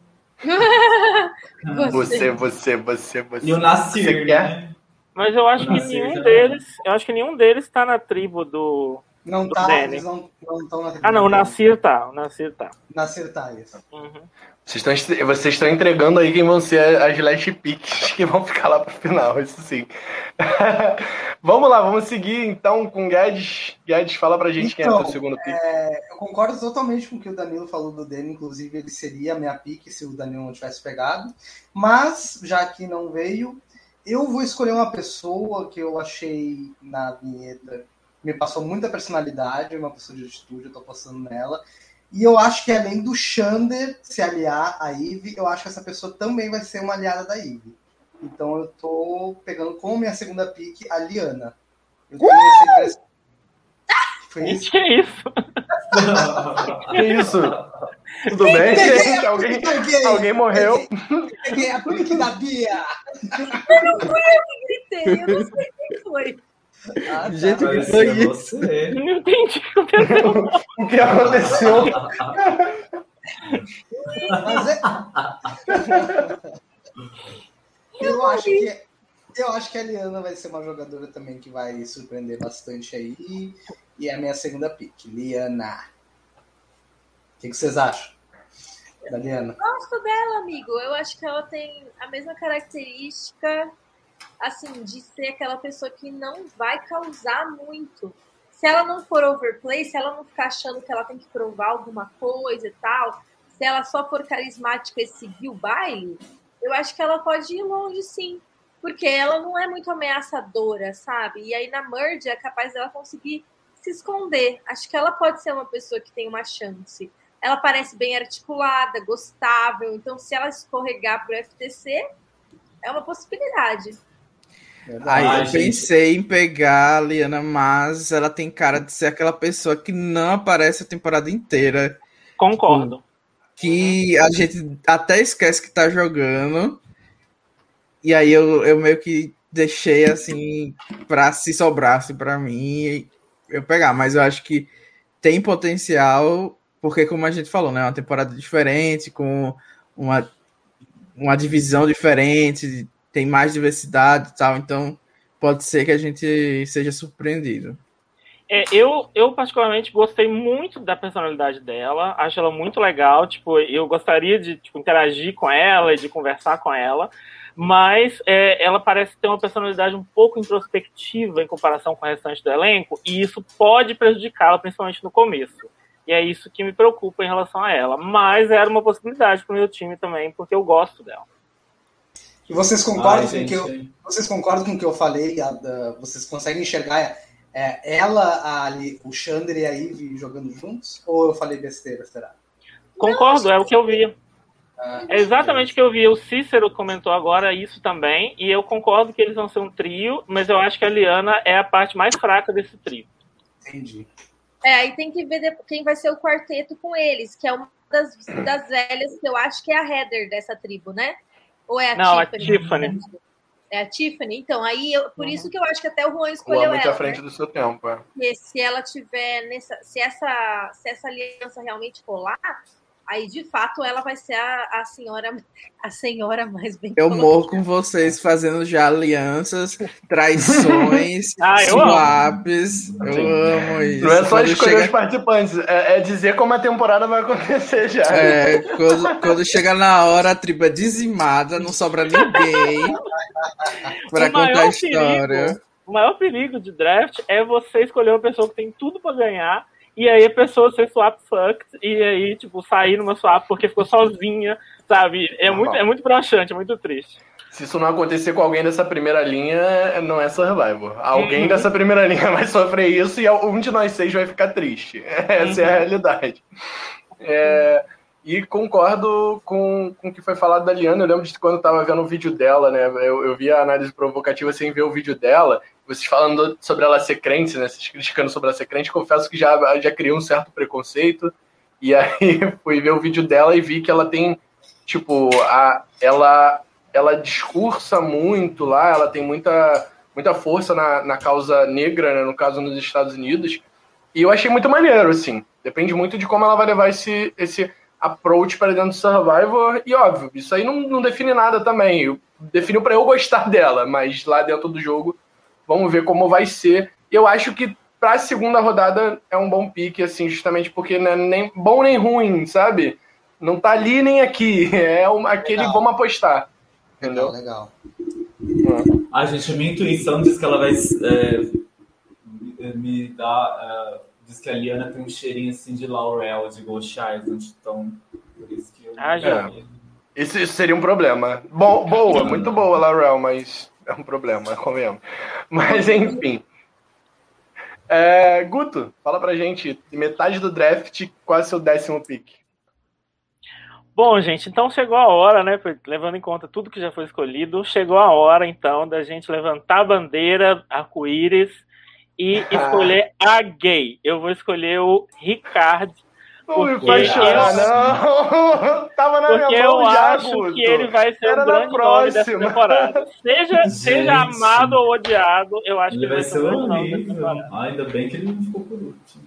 Você, você, você, você. E o Nasir, Você né? Mas eu acho O que Nasir nenhum já- deles. Eu acho que nenhum deles tá na tribo do. Não do tá, Danny. eles não estão na Ah, não, o Nasir tá. O Nasir tá. Nasir tá, isso. Uhum. Vocês estão, vocês estão entregando aí quem vão ser as last picks que vão ficar lá pro final, isso sim. Vamos lá, vamos seguir então com o Guedes. Guedes, fala pra gente quem é o Então, teu segundo pick. É, eu concordo totalmente com o que o Danilo falou do Danny, inclusive ele seria a minha pick se o Danilo não tivesse pegado, mas já que não veio, eu vou escolher uma pessoa que eu achei na vinheta, me passou muita personalidade, uma pessoa de atitude, eu tô apostando nela, e eu acho que além do Xander se aliar a Eve, eu acho que essa pessoa também vai ser uma aliada da Eve. Então eu tô pegando como minha segunda pick a Liana. Eu tenho essa impressão. Foi isso? Que é isso? Que isso? Tudo bem, gente? Alguém, Peguei, alguém morreu? peguei, Peguei a pique da Bia. Gritei, eu não sei quem foi. Ah, tá. Gente, Vai que ser foi isso? você. Não entendi o que aconteceu. O que aconteceu? Mas é... eu acho que eu acho que a Liana vai ser uma jogadora também que vai surpreender bastante aí. E é a minha segunda pick, Liana. O que, que vocês acham da Liana? Gosto dela, amigo. Eu acho que ela tem a mesma característica, assim, de ser aquela pessoa que não vai causar muito. Se ela não for overplay, se ela não ficar achando que ela tem que provar alguma coisa e tal, se ela só for carismática e seguir o baile, eu acho que ela pode ir longe, sim. Porque ela não é muito ameaçadora, sabe? E aí na merge é capaz dela conseguir se esconder. Acho que ela pode ser uma pessoa que tem uma chance. Ela parece bem articulada, gostável. Então, se ela escorregar pro F T C, é uma possibilidade. Aí Ai, eu gente. pensei em pegar a Liana, mas ela tem cara de ser aquela pessoa que não aparece a temporada inteira. Concordo. Que a gente até esquece que tá jogando. E aí eu, eu meio que deixei assim pra se sobrasse pra mim eu pegar. Mas eu acho que tem potencial, porque como a gente falou, né? É uma temporada diferente, com uma, uma divisão diferente, tem mais diversidade e tal. Então pode ser que a gente seja surpreendido. É, eu, eu, particularmente, gostei muito da personalidade dela. Acho ela muito legal. Tipo, eu gostaria de tipo, interagir com ela e de conversar com ela. Mas é, ela parece ter uma personalidade um pouco introspectiva em comparação com o restante do elenco. E isso pode prejudicá-la, principalmente no começo. E é isso que me preocupa em relação a ela. Mas era uma possibilidade para o meu time também, porque eu gosto dela. E vocês concordam, Ai, com, gente. que eu, vocês concordam com o que eu falei? A, da, vocês conseguem enxergar é, ela, a, o Xander e a Eve jogando juntos? Ou eu falei besteira, será? Concordo, é o que eu vi. Ah, É exatamente o que eu vi. O Cícero comentou agora isso também. E eu concordo que eles vão ser um trio, mas eu acho que a Liana é a parte mais fraca desse trio. entendi. É, aí tem que ver de- quem vai ser o quarteto com eles, que é uma das, das velhas que eu acho que é a Heather dessa tribo, né? Ou é a Não, Tiffany? a Tiffany. É a Tiffany? Então, aí eu, por Uhum. isso que eu acho que até o Juan Pula escolheu muito ela. à frente Né? do seu tempo, é. Porque se ela tiver nessa. Se essa, se essa aliança realmente rolar, aí de fato ela vai ser a, a senhora a senhora mais bem Eu colocada. morro com vocês fazendo já alianças, traições, Ah, eu amo. swaps. Eu amo isso. Não é só Quando escolher chega- os participantes, é, é dizer como a temporada vai acontecer já. É, quando, quando chega na hora, a tribo é dizimada, não sobra ninguém pra O contar a maior história. perigo, o maior perigo de draft é você escolher uma pessoa que tem tudo pra ganhar e aí a pessoa ser swap fucked e aí, tipo, sair numa swap porque ficou sozinha, sabe? É Normal. muito, é muito broxante, é muito triste. Se isso não acontecer com alguém dessa primeira linha, não é Survivor. Alguém Uhum. dessa primeira linha vai sofrer isso e um de nós seis vai ficar triste. Essa é a realidade. É, e concordo com, com o que foi falado da Liana. Eu lembro de quando eu estava vendo o vídeo dela, né? Eu, eu vi a análise provocativa sem ver o vídeo dela. Vocês falando sobre ela ser crente, né? Vocês criticando sobre ela ser crente. Confesso que já, já criou um certo preconceito. E aí fui ver o vídeo dela e vi que ela tem, tipo, a, ela ela discursa muito lá, ela tem muita, muita força na, na causa negra, né, no caso nos Estados Unidos, e eu achei muito maneiro, assim. Depende muito de como ela vai levar esse, esse approach para dentro do Survivor, e óbvio, isso aí não, não define nada também. Eu, definiu para eu gostar dela, mas lá dentro do jogo, vamos ver como vai ser. Eu acho que para a segunda rodada é um bom pique, assim, justamente porque não é nem bom nem ruim, sabe? Não tá ali nem aqui, é uma, aquele Legal. vamos apostar, entendeu? Legal. A gente, a minha intuição diz que ela vai é, me dar... É, diz que a Liana tem um cheirinho assim de Laurel, de Ghost Island, então por isso que eu... Ah, já. Isso, isso seria um problema. Bom, boa, muito boa, Laurel, mas é um problema, convenhamos. Mas, enfim. É, Guto, fala pra gente, metade do draft, qual é o seu décimo pick? Bom, gente, então chegou a hora, né, levando em conta tudo que já foi escolhido, chegou a hora, então, da gente levantar a bandeira arco-íris e escolher a gay. Eu vou escolher o Ricardo. Não me faz chorar, não. Tava na Porque minha eu mão já, acho Guto. que ele vai ser Era o grande nome dessa temporada. Seja, seja amado ou odiado, eu acho Ele que ele vai ser o grande nome dessa horrível. temporada. Ah, ainda bem que ele não ficou por último.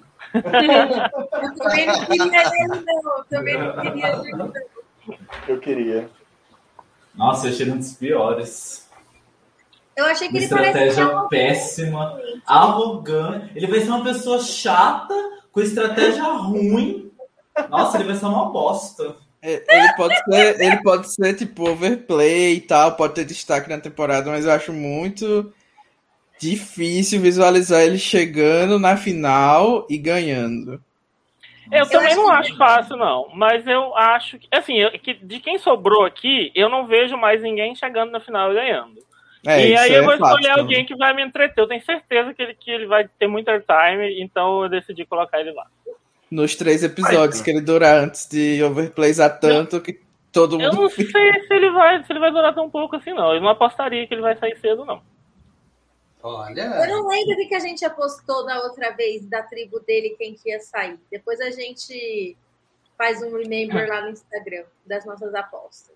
Eu também não queria ele, não. Eu também não queria ele, não. Eu queria. Nossa, eu achei um dos piores. Eu achei que Uma ele parecia estratégia um péssima, arrogante. Ele vai ser uma pessoa chata, com estratégia ruim. Nossa, ele vai ser uma bosta. Ele pode ser, ele pode ser tipo overplay e tal, pode ter destaque na temporada, mas eu acho muito difícil visualizar ele chegando na final e ganhando. Eu, Eu também acho não que- acho fácil, não. Mas eu acho que, assim, eu- que de quem sobrou aqui, eu não vejo mais ninguém chegando na final e ganhando. É, e isso aí é eu vou fato escolher também. alguém que vai me entreter. Eu tenho certeza que ele, que ele vai ter muito airtime, então eu decidi colocar ele lá. Nos três episódios que ele dura antes de overplaysar tanto que todo Eu mundo não sei se ele vai, se ele vai durar tão pouco assim, não. Eu não apostaria que ele vai sair cedo, não. Olha. Eu não lembro o que que a gente apostou da outra vez da tribo dele, quem que ia sair. Depois a gente faz um remember lá no Instagram das nossas apostas.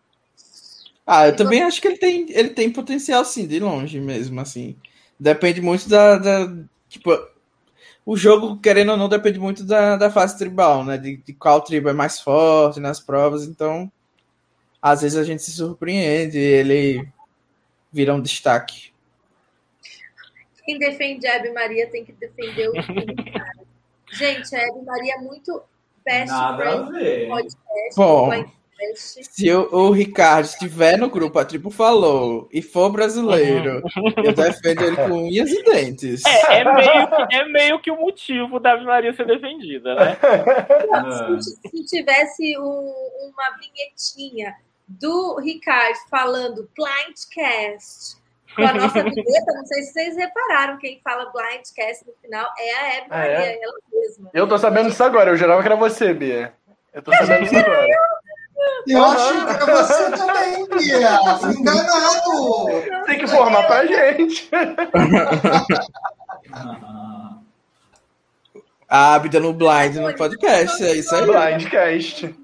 Ah, eu também acho que ele tem, ele tem potencial, sim, de longe mesmo, assim. Depende muito da, da- tipo, o jogo, querendo ou não, depende muito da, da fase tribal, né? De, de qual tribo é mais forte nas provas, então às vezes a gente se surpreende e ele vira um destaque. Quem defende a Hebe Maria tem que defender o time, cara. Gente, a Hebe Maria é muito best Nada a friend ver. do podcast. Bom. do Blindcast. Se o, o Ricardo estiver no grupo, a tribo falou, e for brasileiro, eu defendo ele com unhas e dentes. É, é, meio, que- é meio que o motivo da Ave Maria ser defendida, né? Ah, Se, se tivesse um- uma vinhetinha do Ricardo falando Blindcast com a nossa vinheta, não sei se vocês repararam, quem fala Blindcast no final é a Hebe Ah, Maria, é? ela mesma. Eu tô sabendo disso agora, eu jurava que era você, Bia. Eu tô sabendo disso agora. Eu acho que é você também, Bia. Fui enganado. Tem que formar pra gente. ah, A Abida no Blind no podcast, é isso aí. Blindcast.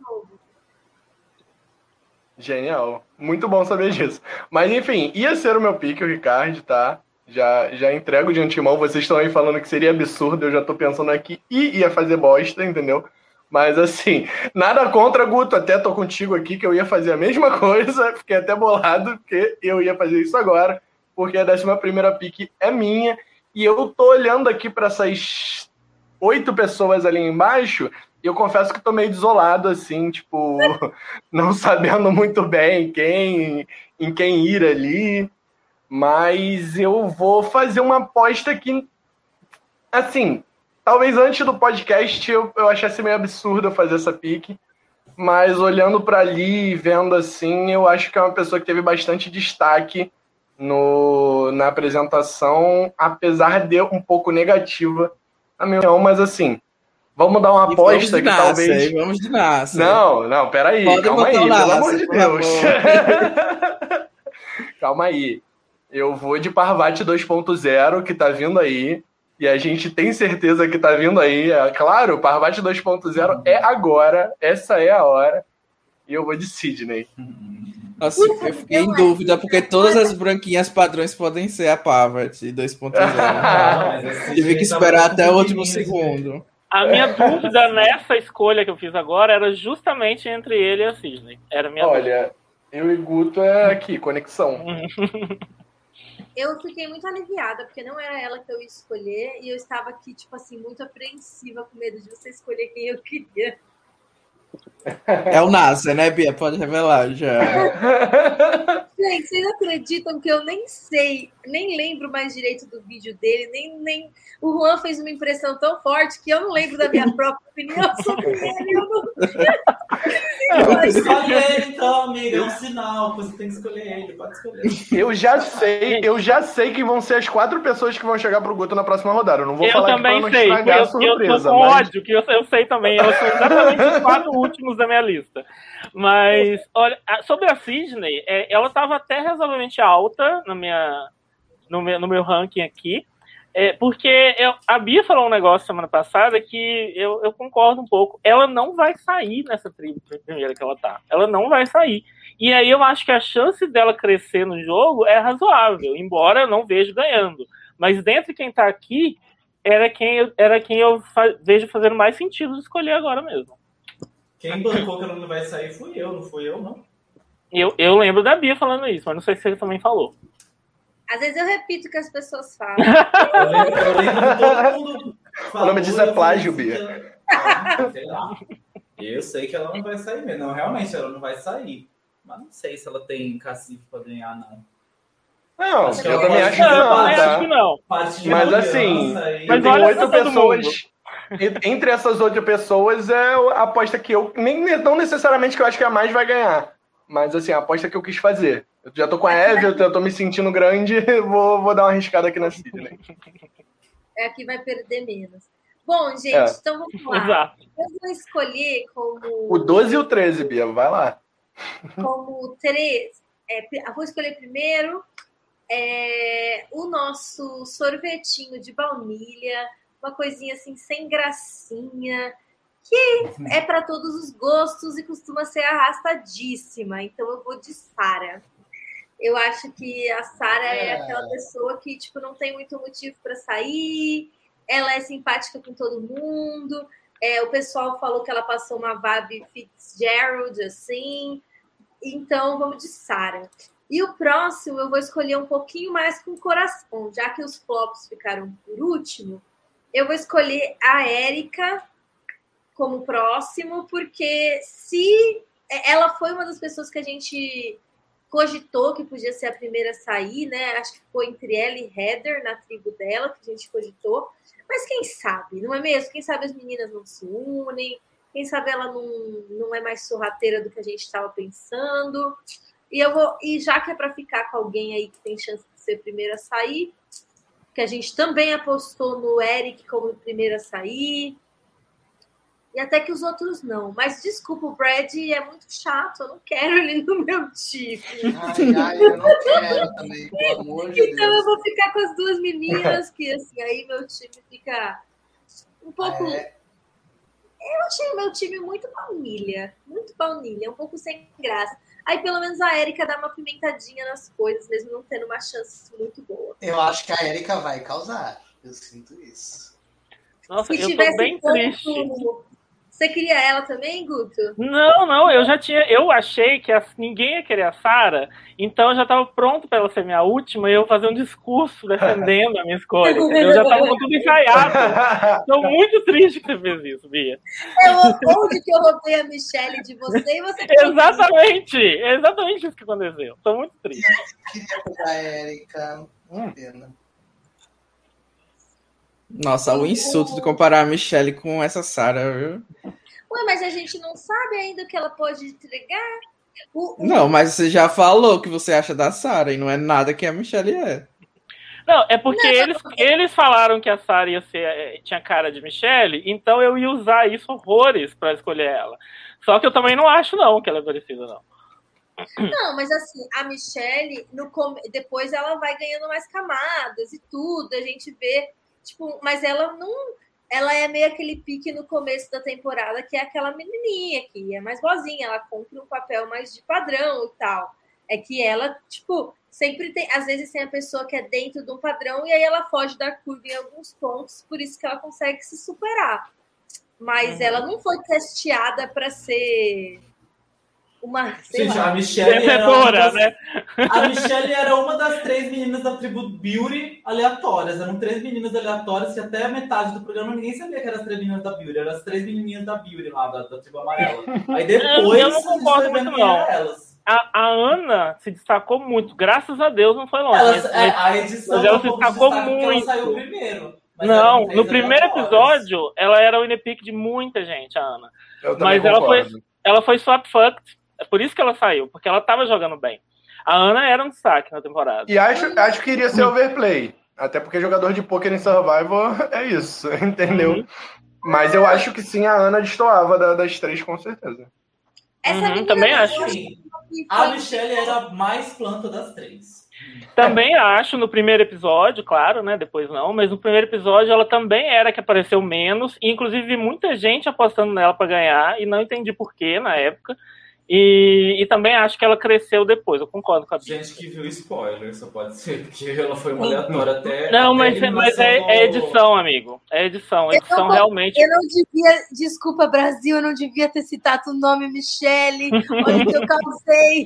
Genial. Muito bom saber disso. Mas, enfim, ia ser o meu pique, o Ricardo, tá? Já, já entrego de antemão. Vocês estão aí falando que seria absurdo. Eu já tô pensando aqui e ia fazer bosta, entendeu? Mas, assim, nada contra, Guto. Até tô contigo aqui que eu ia fazer a mesma coisa. Fiquei até bolado porque eu ia fazer isso agora. Porque a décima primeira pique é minha. E eu tô olhando aqui para essas oito pessoas ali embaixo. E eu confesso que tô meio desolado, assim, tipo, não sabendo muito bem quem, em quem ir ali. Mas eu vou fazer uma aposta que, assim, talvez antes do podcast eu, eu achasse meio absurdo eu fazer essa pique. Mas olhando para ali e vendo assim, eu acho que é uma pessoa que teve bastante destaque no, na apresentação, apesar de um pouco negativa, na minha opinião, mas assim... Vamos dar uma E aposta que Nasser, talvez... e vamos de Nasser. Não, não, peraí, Pode calma aí, botar o pelo Nasser, amor de por Deus. favor. Calma aí. Eu vou de Parvati dois ponto zero, que tá vindo aí, e a gente tem certeza que tá vindo aí. É claro, Parvati dois ponto zero é agora, essa é a hora. E eu vou de Sidney. Nossa, eu fiquei em dúvida, porque todas as branquinhas padrões podem ser a Parvati dois ponto zero. Tive que esperar até o último segundo. A minha dúvida nessa escolha que eu fiz agora era justamente entre ele e a Sidney. Era a minha Olha, dúvida. eu e Guto é aqui, conexão. Eu fiquei muito aliviada, porque não era ela que eu ia escolher, e eu estava aqui, tipo assim, muito apreensiva, com medo de você escolher quem eu queria. É o NASA, né, Bia? Pode revelar já. Gente, vocês acreditam que eu nem sei, nem lembro mais direito do vídeo dele, nem, nem... O Juan fez uma impressão tão forte que eu não lembro da minha própria opinião sobre ele. Eu não... Escolhe ele, então, amiga. É um sinal. Você tem que escolher ele. Pode escolher. Eu já sei, eu já sei quem vão ser as quatro pessoas que vão chegar pro Guto na próxima rodada. Eu não vou eu falar também aqui pra não sei, estragar eu, a surpresa. Eu tô com mas... ódio, que eu, eu sei também. Eu sou exatamente os quatro últimos da minha lista. Mas, olha, sobre a Sidney, é, ela estava até razoavelmente alta na minha, no, meu, no meu ranking aqui, é, porque eu, a Bia falou um negócio semana passada que eu, eu concordo um pouco. Ela não vai sair nessa tribo primeira que ela tá. Ela não vai sair. E aí eu acho que a chance dela crescer no jogo é razoável, embora eu não vejo ganhando. Mas dentre quem tá aqui, era quem eu, era quem eu fa- vejo fazendo mais sentido de escolher agora mesmo. Quem bancou que ela não vai sair fui eu, não fui eu, não. Eu, eu lembro da Bia falando isso, mas não sei se ele também falou. Às vezes eu repito o que as pessoas falam. Eu lembro, eu lembro que todo mundo falou. O nome disso é plágio, Bia. Ela... Ah, sei lá. Eu sei que ela não vai sair mesmo. Não, realmente, ela não vai sair. Mas não sei se ela tem cacife pra ganhar, não. Não, Acho que eu ela também pode acho que ganhar, não, também tá? acho que não. Parte de Mas uma assim, criança aí. eu Mas tenho olha oito pra todo pessoas. Entre essas oito pessoas, é a aposta que eu. Nem não necessariamente que eu acho que a mais vai ganhar. Mas assim, a aposta que eu quis fazer. Eu já tô com a Eve, eu tô, eu tô me sentindo grande, vou, vou dar uma arriscada aqui na Sidney. É a que vai perder menos. Bom, gente, É. então vamos lá. Exato. Eu vou escolher como. O doze e o treze, Bia, vai lá. Como três. É, eu vou escolher primeiro é, o nosso sorvetinho de baunilha, uma coisinha assim sem gracinha, que é para todos os gostos e costuma ser arrastadíssima. Então eu vou de Sara. Eu acho que a Sara é. é aquela pessoa que tipo não tem muito motivo para sair. Ela é simpática com todo mundo. É, o pessoal falou que ela passou uma vibe Fitzgerald, assim. Então, vamos de Sara. E o próximo eu vou escolher um pouquinho mais com coração. Já que os flops ficaram por último, eu vou escolher a Erika como próximo, porque se ela foi uma das pessoas que a gente cogitou que podia ser a primeira a sair, né? Acho que foi entre ela e Heather na tribo dela que a gente cogitou. Mas quem sabe, não é mesmo? Quem sabe as meninas não se unem, quem sabe ela não, não é mais sorrateira do que a gente estava pensando. E eu vou, e já que é para ficar com alguém aí que tem chance de ser primeiro a sair, que a gente também apostou no Eric como primeiro a sair. E até que os outros não. Mas desculpa, o Brad é muito chato, eu não quero ele no meu time. Ai, ai, eu não quero também, pelo amor de Então Deus. eu vou ficar com as duas meninas, que assim, aí meu time fica um pouco. É. Eu achei o meu time muito baunilha. Muito baunilha, um pouco sem graça. Aí pelo menos a Erika dá uma pimentadinha nas coisas, mesmo não tendo uma chance muito boa. Eu acho que a Erika vai causar. Eu sinto isso. Nossa, Se eu tô tivesse bem ponto, triste. Você queria ela também, Guto? Não, não, eu já tinha. Eu achei que a- ninguém ia querer a Sara, então eu já tava pronto pra ela ser minha última e eu fazer um discurso defendendo a minha escolha. Entendeu? Eu já tava com tudo ensaiado. Tô muito triste que você fez isso, Bia. Eu, onde que eu roubei a Michelle de você e você... Exatamente! É exatamente isso que aconteceu. Tô muito triste. Eu queria pegar a Erika. Uma pena. Nossa, o insulto de comparar a Michelle com essa Sara, viu? Ué, mas a gente não sabe ainda o que ela pode entregar. O, o... Não, mas você já falou o que você acha da Sara e não é nada que a Michelle é. Não, é porque Não. eles, eles falaram que a Sara ia ser, eh, tinha cara de Michelle, então eu ia usar isso horrores pra escolher ela. Só que eu também não acho, não, que ela é parecida, não. Não, mas assim, a Michelle, no com... depois ela vai ganhando mais camadas e tudo, a gente vê, tipo, mas ela não, ela é meio aquele pique no começo da temporada, que é aquela menininha que é mais boazinha, ela cumpre um papel mais de padrão e tal. É que ela, tipo, sempre tem, às vezes tem a pessoa que é dentro de um padrão e aí ela foge da curva em alguns pontos, por isso que ela consegue se superar. Mas uhum. ela não foi testeada para ser uma, sei Gente, lá. a Michelle era uma das, né? a Michelle era uma das três meninas da tribo Beauty aleatórias. Eram três meninas aleatórias que até a metade do programa ninguém sabia que eram as três meninas da Beauty. Eram as três menininhas da Beauty lá, da, da tribo amarela. Aí depois eu não concordo muito, não. Elas. A, a Ana se destacou muito, graças a Deus não foi longe. Elas, mas, é, a edição mas ela se destacou muito. Ela saiu primeiro. Não, no primeiro episódio, ela era o Winnepick de muita gente, a Ana. Eu mas ela foi, ela foi swap fucked, é por isso que ela saiu, porque ela tava jogando bem. A Ana era um destaque na temporada. E acho, acho que iria ser overplay. Até porque jogador de poker em Survivor é isso, entendeu? Uhum. Mas eu acho que sim, a Ana destoava da, das três, com certeza. Essa uhum, também acho. A Michelle era a mais planta das três. Também acho, no primeiro episódio, claro, né? Depois não, mas no primeiro episódio ela também era a que apareceu menos, e inclusive vi muita gente apostando nela para ganhar, e não entendi porquê na época. E, e também acho que ela cresceu depois, eu concordo com a Bia. Gente que viu spoiler, só pode ser, porque ela foi uma aleatória até. Não, até mas, mas é, é edição, amigo. É edição. Edição eu não, realmente. Eu não devia, desculpa, Brasil, eu não devia ter citado o nome Michelle. Olha o que eu causei.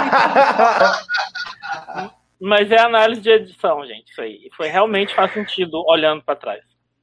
Mas é análise de edição, gente, isso aí. Foi realmente faz sentido olhando para trás.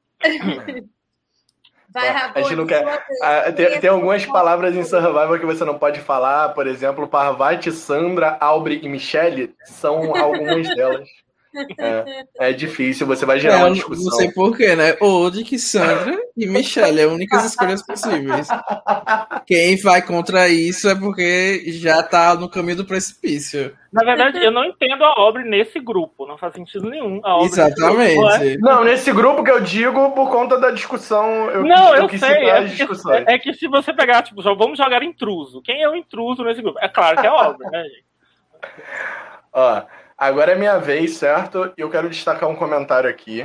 Vai, Rabone, a gente não quer. Ah, tem, tem algumas palavras em Survivor que você não pode falar, por exemplo, Parvati, Sandra, Aubrey e Michelle são algumas delas. É, é difícil, você vai gerar é, uma discussão. Não sei porquê, né? Odic, Sandra e Michelle, é as únicas escolhas possíveis. Quem vai contra isso é porque já tá no caminho do precipício. Na verdade, eu não entendo a Aubrey nesse grupo, não faz sentido nenhum. A Aubrey Exatamente. Grupo, é... Não, nesse grupo que eu digo por conta da discussão. Eu não, quis, eu, eu quis sei. É as que, é que se você pegar, tipo, já vamos jogar intruso. Quem é o intruso nesse grupo? É claro que é a Aubrey, né, gente? Ó. Agora é minha vez, certo? E eu quero destacar um comentário aqui.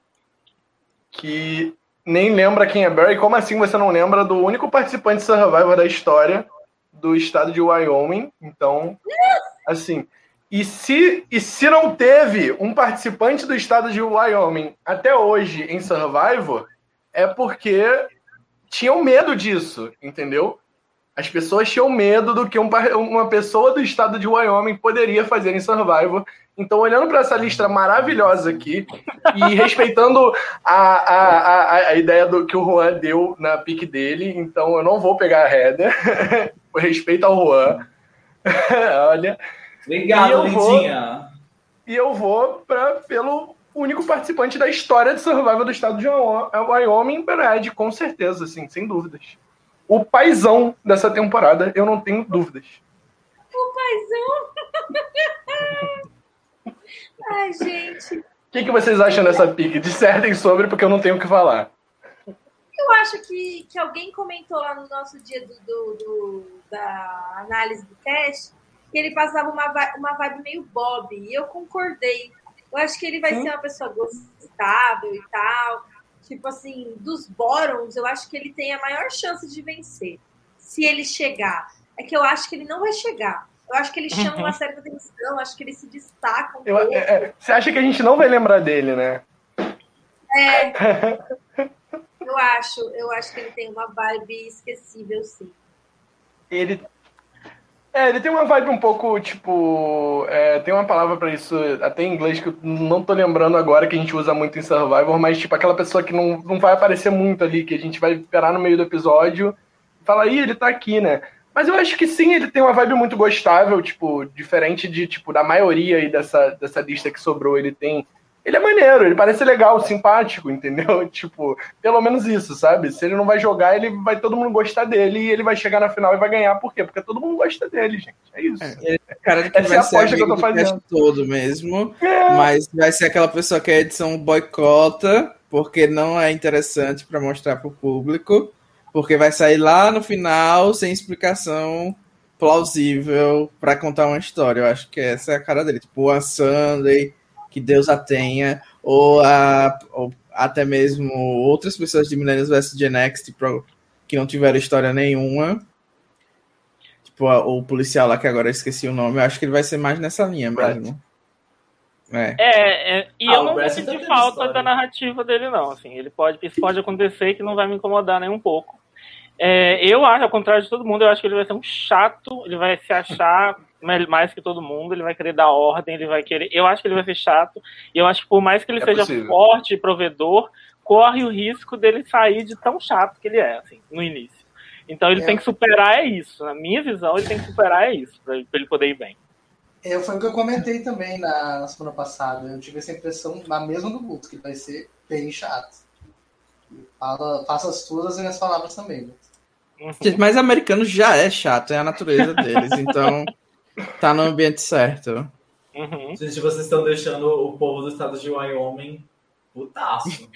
Que nem lembra quem é Barry. Como assim você não lembra do único participante Survivor da história do estado de Wyoming? Então, assim... E se, e se não teve um participante do estado de Wyoming até hoje em Survivor, é porque tinham medo disso, entendeu? As pessoas tinham medo do que um, uma pessoa do estado de Wyoming poderia fazer em Survivor. Então, olhando para essa lista maravilhosa aqui e respeitando a, a, a, a ideia do que o Juan deu na pick dele, então eu não vou pegar a Heather. Por respeito ao Juan. Olha. Obrigado, lindinha. E eu vou pra, pelo único participante da história de Survivor do estado de Wyoming, Brad, com certeza, assim, sem dúvidas. O paizão dessa temporada, eu não tenho dúvidas. O paizão? Ai, gente. O que, que vocês acham dessa pique? Dissertem sobre, porque eu não tenho o que falar. Eu acho que, que alguém comentou lá no nosso dia do, do, do, da análise do cast que ele passava uma vibe, uma vibe meio Bob, e eu concordei. Eu acho que ele vai Sim. ser uma pessoa gostável e tal. Tipo assim, dos Borons, eu acho que ele tem a maior chance de vencer. Se ele chegar. É que eu acho que ele não vai chegar. Eu acho que ele chama uma certa atenção, acho que ele se destaca um eu, pouco. É, você acha que a gente não vai lembrar dele, né? É. eu acho, eu acho que ele tem uma vibe esquecível, sim. Ele... É, ele tem uma vibe um pouco, tipo... É, tem uma palavra pra isso, até em inglês, que eu não tô lembrando agora, que a gente usa muito em Survivor, mas, tipo, aquela pessoa que não, não vai aparecer muito ali, que a gente vai esperar no meio do episódio e fala, ih, ele tá aqui, né? Mas eu acho que sim, ele tem uma vibe muito gostável, tipo, diferente de, tipo, da maioria aí dessa, dessa lista que sobrou, ele tem... Ele é maneiro, ele parece legal, simpático, entendeu? Tipo, pelo menos isso, sabe? Se ele não vai jogar, ele vai todo mundo gostar dele e ele vai chegar na final e vai ganhar. Por quê? Porque todo mundo gosta dele, gente. É isso. É, é cara de que Essa vai é a ser aposta que eu tô do fazendo. Todo mesmo, é. Mas vai ser aquela pessoa que a edição boicota porque não é interessante para mostrar pro público, porque vai sair lá no final sem explicação plausível para contar uma história. Eu acho que essa é a cara dele. Tipo, a Sunday... que Deus a tenha, ou a, ou até mesmo outras pessoas de Millennials versus Gen X tipo, que não tiveram história nenhuma. Tipo, o policial lá, que agora eu esqueci o nome, eu acho que ele vai ser mais nessa linha mesmo. É. É, é e Ah, eu o não Brett senti tá tendo falta história. da narrativa dele, não. Assim, ele pode, isso pode acontecer que não vai me incomodar nem um pouco. É, eu acho, ao contrário de todo mundo, eu acho que ele vai ser um chato, ele vai se achar mais que todo mundo, ele vai querer dar ordem, ele vai querer. Eu acho que ele vai ser chato, e eu acho que por mais que ele É seja possível. forte e provedor, corre o risco dele sair de tão chato que ele é, assim, no início. Então ele É. tem que superar é isso. Na minha visão, ele tem que superar é isso, pra ele poder ir bem. É, foi o que eu comentei também na, na semana passada. Eu tive essa impressão, na mesma do Guto, que vai ser bem chato. Fala, faça as tuas e minhas palavras também. Né? Gente, mas americano já é chato, é a natureza deles, então tá no ambiente certo. Uhum. Gente, vocês estão deixando o povo do estado de Wyoming putaço.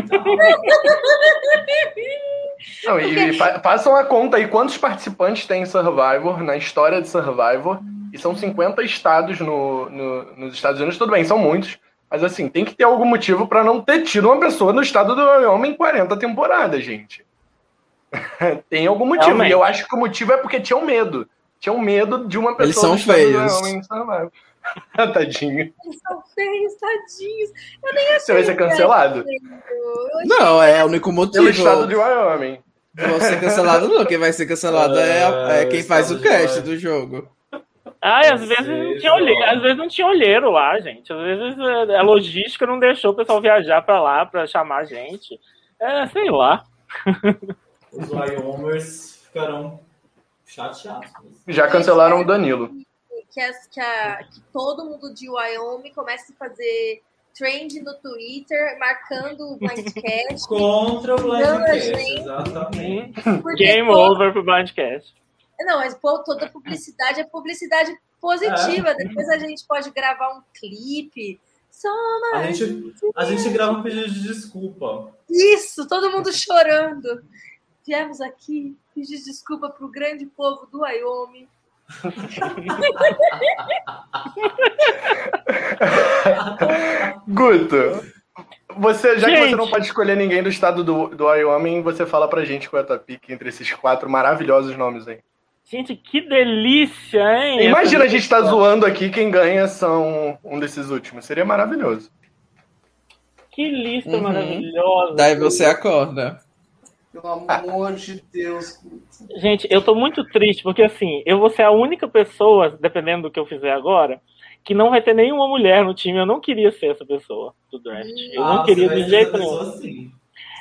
Não, e fa- façam a conta aí quantos participantes tem em Survivor, na história de Survivor, e são cinquenta estados no, no- nos Estados Unidos, tudo bem, são muitos, mas assim, tem que ter algum motivo pra não ter tido uma pessoa no estado do Wyoming em quarenta temporadas, gente. Tem algum motivo, Realmente. e eu acho que o motivo é porque tinham medo. Tinham medo de uma pessoa Eles são no estado feios. do Wyoming em Survivor. Tadinho. Eles são feios, tadinhos. Eu nem achei. Você vai ser cancelado Eu achei- Não, é o único motivo. pelo estado de Wyoming. Vou ser cancelado não, quem vai ser cancelado é, é quem faz o Estado de cast Wyoming. do jogo. Ah, e às Vocês, vezes não tinha olheiro, ó. às vezes não tinha olheiro lá, gente. Às vezes é, a logística não deixou o pessoal viajar pra lá pra chamar a gente. É, sei lá. Os Wyomers ficarão chateados. Já cancelaram o Danilo. Que, as, que, a, que todo mundo de Wyoming comece a fazer trend no Twitter, marcando o Blindcast. Contra o Não, Blindcast, gente. exatamente. porque Game todo- over pro Blindcast. Não, mas pô, toda publicidade é publicidade positiva. Depois a gente pode gravar um clipe. Só A mais gente, a gente grava um pedido de desculpa. isso, todo mundo chorando. Viemos aqui pedir desculpa pro grande povo do Wyoming. Guto, você, já que Gente. você não pode escolher ninguém do estado do, do Wyoming, você fala pra gente qual é a tua pique entre esses quatro maravilhosos nomes aí. Gente, que delícia, hein? Imagina a Essa gente tá lista. zoando aqui, quem ganha são um desses últimos. Seria maravilhoso. Que lista Uhum. maravilhosa. Daí você acorda. Pelo amor de Deus. Guto. Gente, eu tô muito triste, porque assim, eu vou ser a única pessoa, dependendo do que eu fizer agora, que não vai ter nenhuma mulher no time. Eu não queria ser essa pessoa do draft. Eu Ah, não queria você vai de ser jeito essa nenhum. pessoa assim.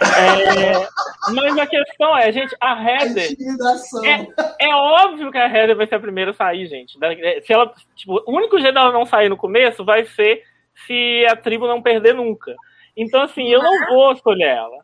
É, mas a questão é, gente, a A Heather. intimidação. É óbvio que a Heather vai ser a primeira a sair, gente. Da- Se ela, tipo, o único jeito dela não sair no começo vai ser se a tribo não perder nunca. Então, assim, eu não vou escolher ela.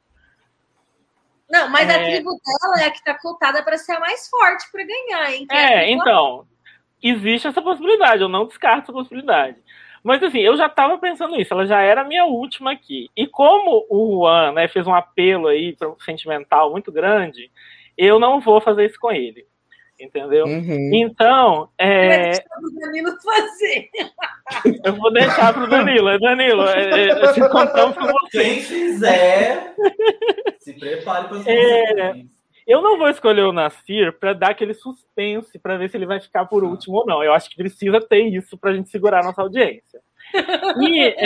Não, mas a É. tribo dela é a que tá cotada para ser a mais forte para ganhar, hein? Que a É, tribo- então, existe essa possibilidade, eu não descarto essa possibilidade. Mas assim, eu já tava pensando nisso, ela já era a minha última aqui. E como o Juan, né, fez um apelo aí pro sentimental muito grande, eu não vou fazer isso com ele. Entendeu? Uhum. Então, Vai é, deixar o Danilo fazer. eu vou deixar pro Danilo. Danilo, é, é, se contamos com você. Quem fizer, se prepare para as É. consequências. Eu não vou escolher o Nassir pra dar aquele suspense pra ver se ele vai ficar por último ou não. Eu acho que precisa ter isso pra gente segurar a nossa audiência. E...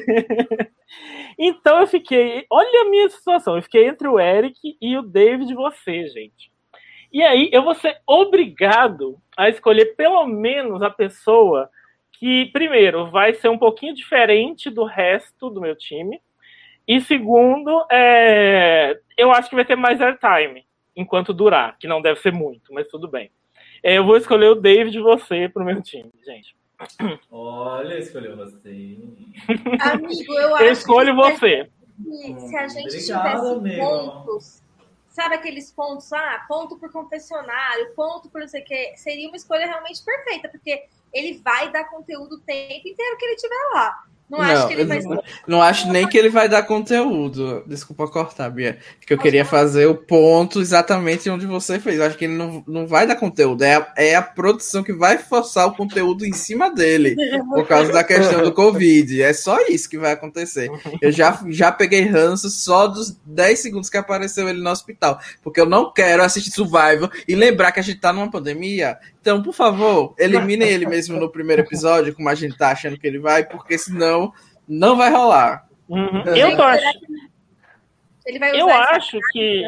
então eu fiquei... Olha a minha situação. Eu fiquei entre o Eric e o David, você, gente. E aí eu vou ser obrigado a escolher pelo menos a pessoa que, primeiro, vai ser um pouquinho diferente do resto do meu time. E segundo, é... eu acho que vai ter mais airtime enquanto durar, que não deve ser muito, mas tudo bem. É, eu vou escolher o David e você pro meu time, gente. Olha, escolheu você. Amigo, eu acho Eu escolho que você. se, se a gente Obrigado, tivesse amigo. pontos, sabe aqueles pontos, ah, ponto por confessionário, ponto por não sei o que, seria uma escolha realmente perfeita, porque ele vai dar conteúdo o tempo inteiro que ele estiver lá. Não, Não, acho que ele eu vai não, ser... não acho nem que ele vai dar conteúdo. Desculpa cortar, Bia. Que eu queria fazer o ponto exatamente onde você fez. Eu acho que ele não, não vai dar conteúdo. É a, é a produção que vai forçar o conteúdo em cima dele. Por causa da questão do Covid. É só isso que vai acontecer. Eu já, já peguei ranço só dos dez segundos que apareceu ele no hospital. Porque eu não quero assistir Survival e lembrar que a gente tá numa pandemia. Então, por favor, elimine ele mesmo no primeiro episódio, como a gente tá achando que ele vai, porque senão não vai rolar. Uhum. Eu tô ach... Ele vai usar Eu acho que.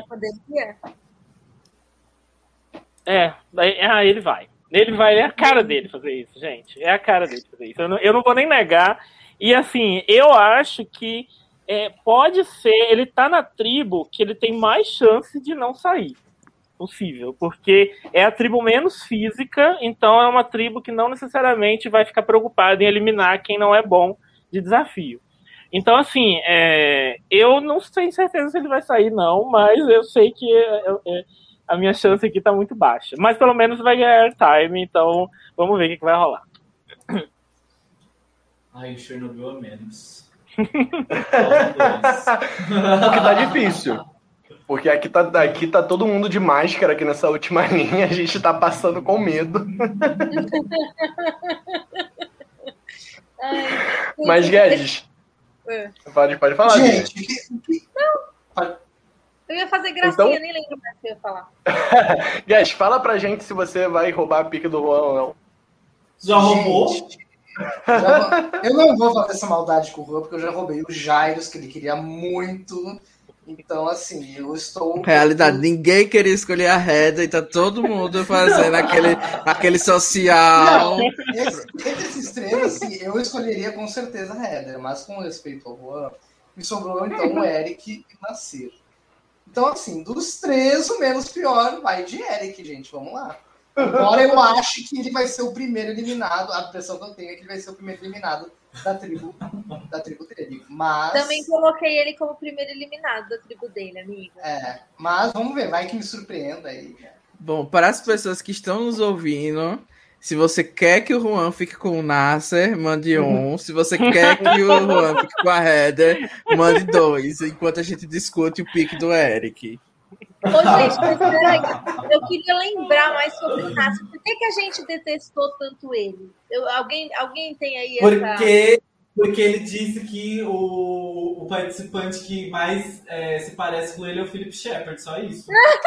É, ah, ele vai. Ele vai, é a cara dele fazer isso, gente. É a cara dele fazer isso. Eu não, eu não vou nem negar. E assim, eu acho que é, pode ser, ele tá na tribo que ele tem mais chance de não sair. Possível, porque é a tribo menos física, então é uma tribo que não necessariamente vai ficar preocupada em eliminar quem não é bom de desafio. Então, assim, é, eu não tenho certeza se ele vai sair, não, mas eu sei que é, é, a minha chance aqui tá muito baixa. Mas pelo menos vai ganhar time, então vamos ver o que, que vai rolar. Ai, Chernobyl a menos. Porque tá difícil. Porque aqui tá, aqui tá todo mundo de máscara aqui nessa última linha, a gente tá passando com medo. Ai, Mas, Guedes, é. pode, pode falar, Gente, Guedes. Não. Eu ia fazer gracinha, Então... nem lembro mais o que eu ia falar. Guedes, fala pra gente se você vai roubar a pique do Juan ou não. Já roubou? Já, eu não vou fazer essa maldade com o Juan, porque eu já roubei o Jairus, que ele queria muito. Então, assim, eu estou... Realidade, ninguém queria escolher a Heather e tá todo mundo fazendo aquele, aquele social. Não, esse, entre esses três, assim, eu escolheria com certeza a Heather, mas com respeito ao Juan, me sobrou então o Eric e o Nasir. Então, assim, dos três, o menos pior vai de Eric, gente, vamos lá. Agora eu acho que ele vai ser o primeiro eliminado, a impressão que eu tenho é que ele vai ser o primeiro eliminado da tribo, da tribo dele. Mas... Também coloquei ele como primeiro eliminado da tribo dele, amigo. É, mas vamos ver, vai que me surpreenda aí. Bom, para as pessoas que estão nos ouvindo, se você quer que o Juan fique com o Nasser, mande um. Se você quer que o Juan fique com a Heather, mande dois. Enquanto a gente discute o pique do Eric. Ô, gente, mas peraí, eu queria lembrar mais sobre o Nasser. Por que, que a gente detestou tanto ele? Eu, alguém, alguém tem aí essa... Porque, porque ele disse que o, o participante que mais é, se parece com ele é o Philip Shepard, só isso.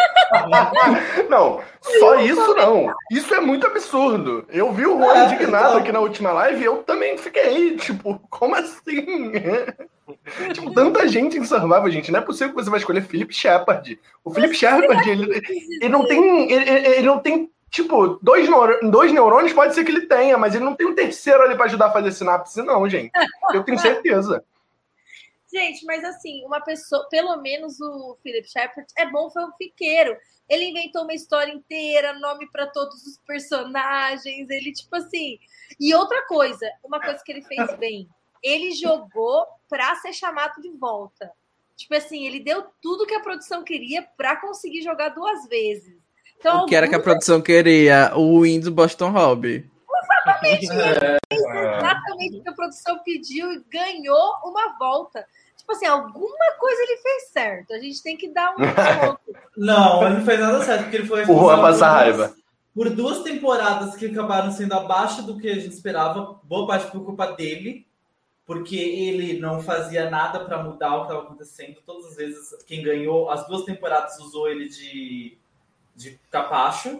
Não, só isso não. Isso é muito absurdo. Eu vi o Juan indignado aqui na última live e eu também fiquei, tipo, como assim? Tipo, tanta gente em Survival, gente. Não é possível que você vai escolher Philip Shepard. O Philip Shepard, ele, ele não tem. Ele, ele não tem, tipo, dois, neurônios, dois neurônios, pode ser que ele tenha, mas ele não tem um terceiro ali pra ajudar a fazer sinapse, não, gente. Eu tenho certeza. Gente, mas assim, uma pessoa, pelo menos o Philip Shepard é bom fanfiqueiro. Ele inventou uma história inteira, nome para todos os personagens, ele, tipo assim. E outra coisa, uma coisa que ele fez bem. Ele jogou para ser chamado de volta. Tipo assim, ele deu tudo que a produção queria para conseguir jogar duas vezes. Então, o que era que a produção queria? O win do Boston Hobby. Exatamente. Ele fez exatamente o que a produção pediu e ganhou uma volta. Tipo assim, alguma coisa ele fez certo. A gente tem que dar um ponto. Não, ele não fez nada certo, porque ele foi... O Juan passa raiva. Por duas temporadas que acabaram sendo abaixo do que a gente esperava, boa parte por culpa dele, porque ele não fazia nada para mudar o que estava acontecendo. Todas as vezes, quem ganhou, as duas temporadas usou ele de, de capacho.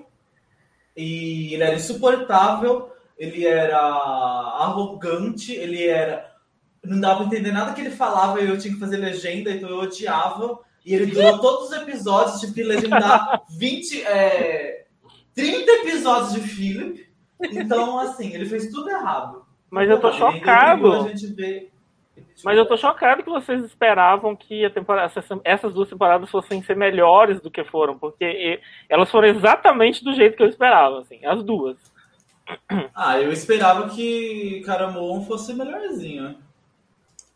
E ele era insuportável, ele era arrogante, ele era... Não dava para entender nada que ele falava e eu tinha que fazer legenda, então eu odiava. E ele durou todos os episódios, tive que legendar vinte, é, trinta episódios de Philip. Então, assim, ele fez tudo errado. Mas eu tô chocado. Mas eu tô chocado que vocês esperavam que a temporada, essas duas temporadas fossem ser melhores do que foram, porque elas foram exatamente do jeito que eu esperava, assim, as duas. Ah, eu esperava que Caramon fosse melhorzinho.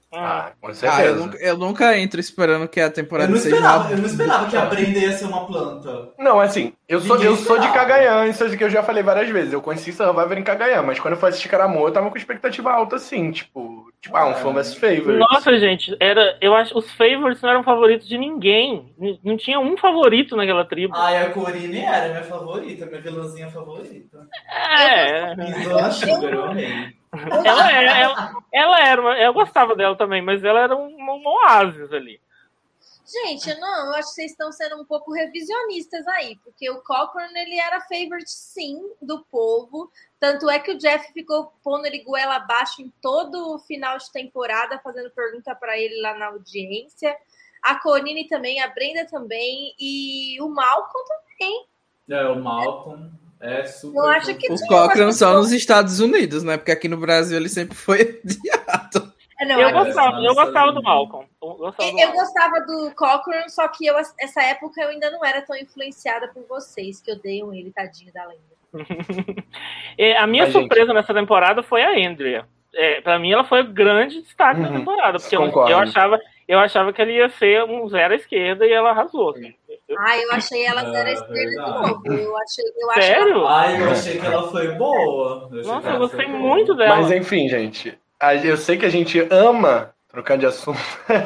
Ah, com Ah, certeza. eu nunca, eu nunca entro esperando que a Eu temporada não seja esperava, uma... eu não esperava que a Brenda ia ser uma planta. Não, assim, eu sou, Ninguém eu sou de esperava. Cagayan, isso é que eu já falei várias vezes. Eu conheci Survivor em Cagayan, mas quando eu fui assistir Caramor, eu tava com expectativa alta, assim, tipo, tipo ah, um fã versus favorite. Nossa, gente, era, eu acho os favorites não eram favoritos de ninguém. N- Não tinha um favorito naquela tribo. Ai, a Corine era minha favorita, minha vilãzinha favorita. É, Isla Sugar, eu amei. ela, é- ela, ela era, uma- eu gostava dela também, mas ela era um, um oásis ali. Gente, não, eu acho que vocês estão sendo um pouco revisionistas aí, porque o Cochran, ele era favorite, sim, do povo. Tanto é que o Jeff ficou pondo ele goela abaixo em todo o final de temporada, fazendo pergunta para ele lá na audiência. A Conine também, a Brenda também, e o Malcolm também. É, o Malcolm é super. Eu acho que O tinha Cochran umas só pessoas- nos Estados Unidos, né? Porque aqui no Brasil ele sempre foi odiado. É, não, Eu aqui- gostava, eu gostava do Malcolm. Eu gostava do Eu Malcolm. gostava do Cochran, só que eu, essa época eu ainda não era tão influenciada por vocês, que odeiam ele, tadinho da lenda. É, a minha Mas, gente- surpresa nessa temporada foi a Andrea. É, pra mim, ela foi o grande destaque da Uhum. temporada, porque eu, Concordo. eu achava, eu achava que ela ia ser um zero à esquerda e ela arrasou. assim. Eu- Ah, eu achei ela zero à É, esquerda de verdade. novo. Eu achei, eu acho Sério? ela- Ai, eu achei que ela foi boa. Eu achei que Nossa, ela eu gostei foi boa. muito dela. Mas enfim, gente, a- eu sei que a gente ama trocar de assunto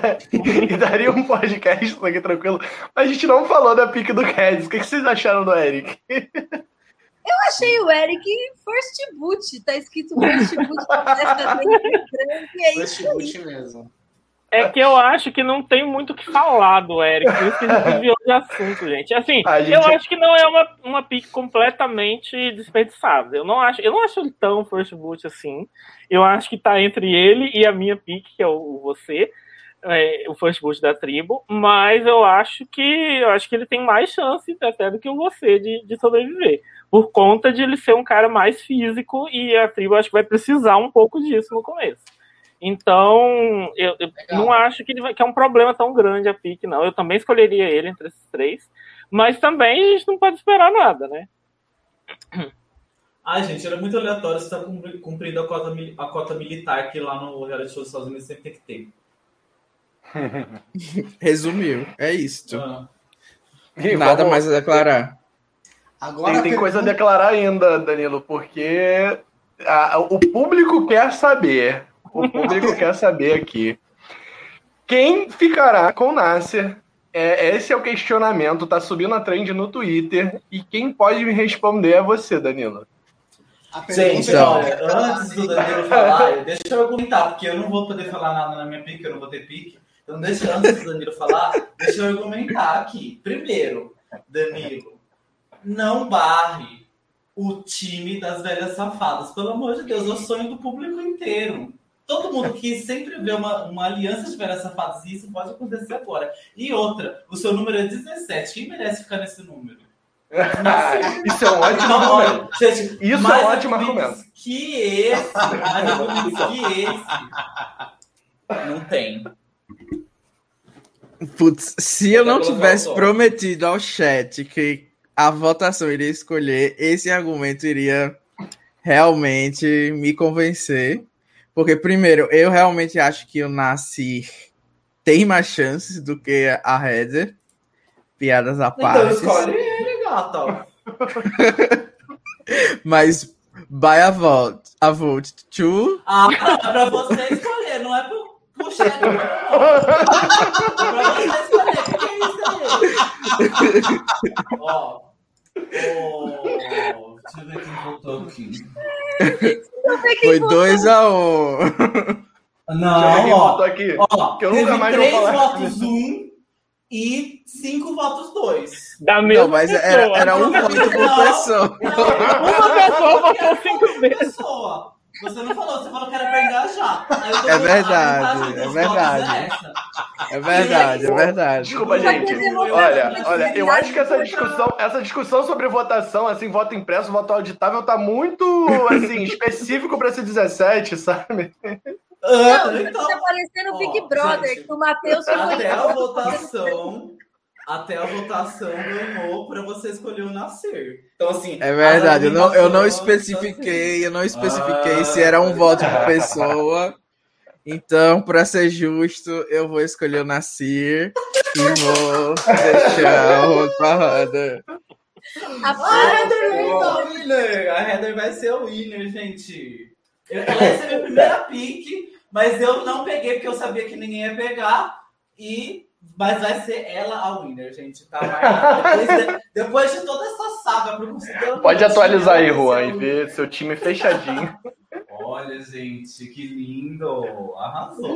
e daria um podcast isso aqui tranquilo, mas a gente não falou da pique do Cades. O que que vocês acharam do Eric? Eu achei o Eric first boot. Tá escrito first boot na testa dele branco, e é isso. First boot mesmo. É que eu acho que não tem muito o que falar do Eric, por isso que a gente desviou de assunto, gente. Assim, A gente- eu acho que não é uma, uma pick completamente desperdiçada. Eu não acho, eu não acho ele tão first boot assim. Eu acho que tá entre ele e a minha pick, que é o, o você, é, o first boot da tribo, mas eu acho que eu acho que ele tem mais chance até do que o você de, de sobreviver. Por conta de ele ser um cara mais físico e a tribo acho que vai precisar um pouco disso no começo. Então, eu, eu não acho que, ele vai, que é um problema tão grande a pique, não. Eu também escolheria ele entre esses três, mas também a gente não pode esperar nada, né? Ai, gente, era muito aleatório você estar cumprindo a cota, mil- a cota militar que lá no reality show dos Estados Unidos sempre tem que ter. Resumiu. É isso. Ah. E Nada vamos- mais a declarar. Agora Tem, tem a coisa a pergunta- declarar ainda, Danilo, porque a- o público quer saber. O público quer saber aqui. Quem ficará com o Nasser? É, esse é o questionamento. Tá subindo a trend no Twitter. E quem pode me responder é você, Danilo. A pergunta Gente, é- olha, antes do Danilo falar, deixa eu argumentar, porque eu não vou poder falar nada na minha pique, eu não vou ter pique. Então, deixa, antes do Danilo falar, deixa eu argumentar aqui. Primeiro, Danilo, não barre o time das velhas safadas. Pelo amor de Deus, é o sonho do público inteiro. Todo mundo que sempre vê uma, uma aliança de velhas safadas, e isso pode acontecer agora. E outra, o seu número é dezessete. Quem merece ficar nesse número? Isso é um ótimo Não, argumento. olha, gente, Isso é mais um ótimo argumentos argumento. Que esse, mais argumentos que esse. Não tem. Putz, se eu não Vou colocar tivesse o som. prometido ao chat que a votação iria escolher, esse argumento iria realmente me convencer. Porque, primeiro, eu realmente acho que o Nasir tem mais chances do que a Heather. Piadas à Então parte. escolhe ele, gata. Mas, by a vote, a vote to... Ah, é pra você escolher, não é pro, pro chat. Não. É pra você escolher. O que é isso aí? Ó. Ó. Deixa eu ver quem votou aqui. Foi dois a um. Não, Quem ó. botou aqui? Ó, Que eu teve nunca mais vou três falar. votos um e cinco votos dois. Da mesma Não, mas pessoa. era, era um Não, voto por não. pessoa. Uma pessoa votou cinco Uma vezes. pessoa. Você não falou, você falou que era pra engajar. Aí eu tô É falando, verdade, a vantagem é dos verdade. votos é essa. É verdade, é verdade. Desculpa, gente. Olha, olha, eu acho que essa discussão, essa discussão sobre votação, assim, voto impresso, voto auditável, tá muito, assim, específico pra esse dezessete, sabe? Ah, Não, então, tá parecendo o Big ó, Brother, gente, que o Matheus ficou até a votação, até a votação ganhou pra você escolher o nascer. Então, assim. É verdade, eu não, eu não as argumentações, especifiquei, eu não especifiquei Ah, se era um tá voto por ligado. pessoa. Então, para ser justo, eu vou escolher o Nassir e vou deixar o outro pra roda. A, a Heather vai ser o winner. A Heather vai ser o winner, gente. Ela ia ser a minha primeira pick, mas eu não peguei porque eu sabia que ninguém ia pegar. E... Mas vai ser ela a winner, gente. Tá depois, de, depois de toda essa saga pra conseguir. Pode atualizar aí, Juan, e ver seu time fechadinho. Olha, gente, que lindo! Arrasou!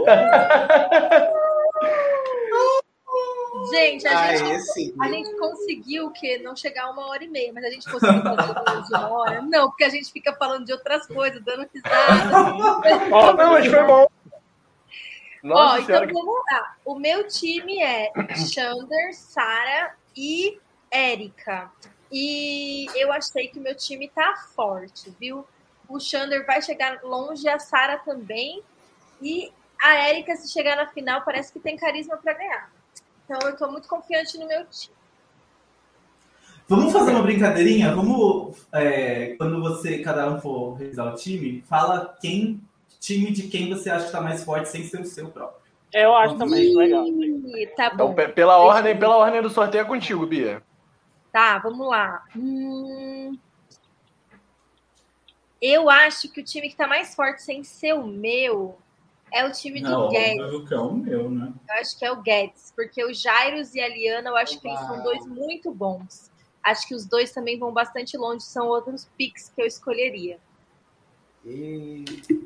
Gente, a, Ai, gente, esse... a gente conseguiu o quê? Não chegar a uma hora e meia, mas a gente conseguiu fazer menos de uma hora? Não, porque a gente fica falando de outras coisas, dando risada. Oh, não, mas foi bom. Nossa, ó, então que... vamos lá. O meu time é Xander, Sarah e Érica. E eu achei que o meu time tá forte, viu? O Xander vai chegar longe, a Sarah também. E a Érica, se chegar na final, parece que tem carisma para ganhar. Então eu tô muito confiante no meu time. Vamos fazer uma brincadeirinha? Vamos, é, quando você, cada um for revisar o time, fala quem, time de quem você acha que tá mais forte sem ser o seu próprio. Eu acho Ih, também legal. Tá bom. Então, pela ordem, pela ordem do sorteio é contigo, Bia. Tá, vamos lá. Hum... Eu acho que o time que tá mais forte sem ser o meu é o time do Não, Guedes. Que é o meu, né? Eu acho que é o Guedes, porque o Jairos e a Liana, eu acho Uau. que eles são dois muito bons. Acho que os dois também vão bastante longe, são outros picks que eu escolheria. E...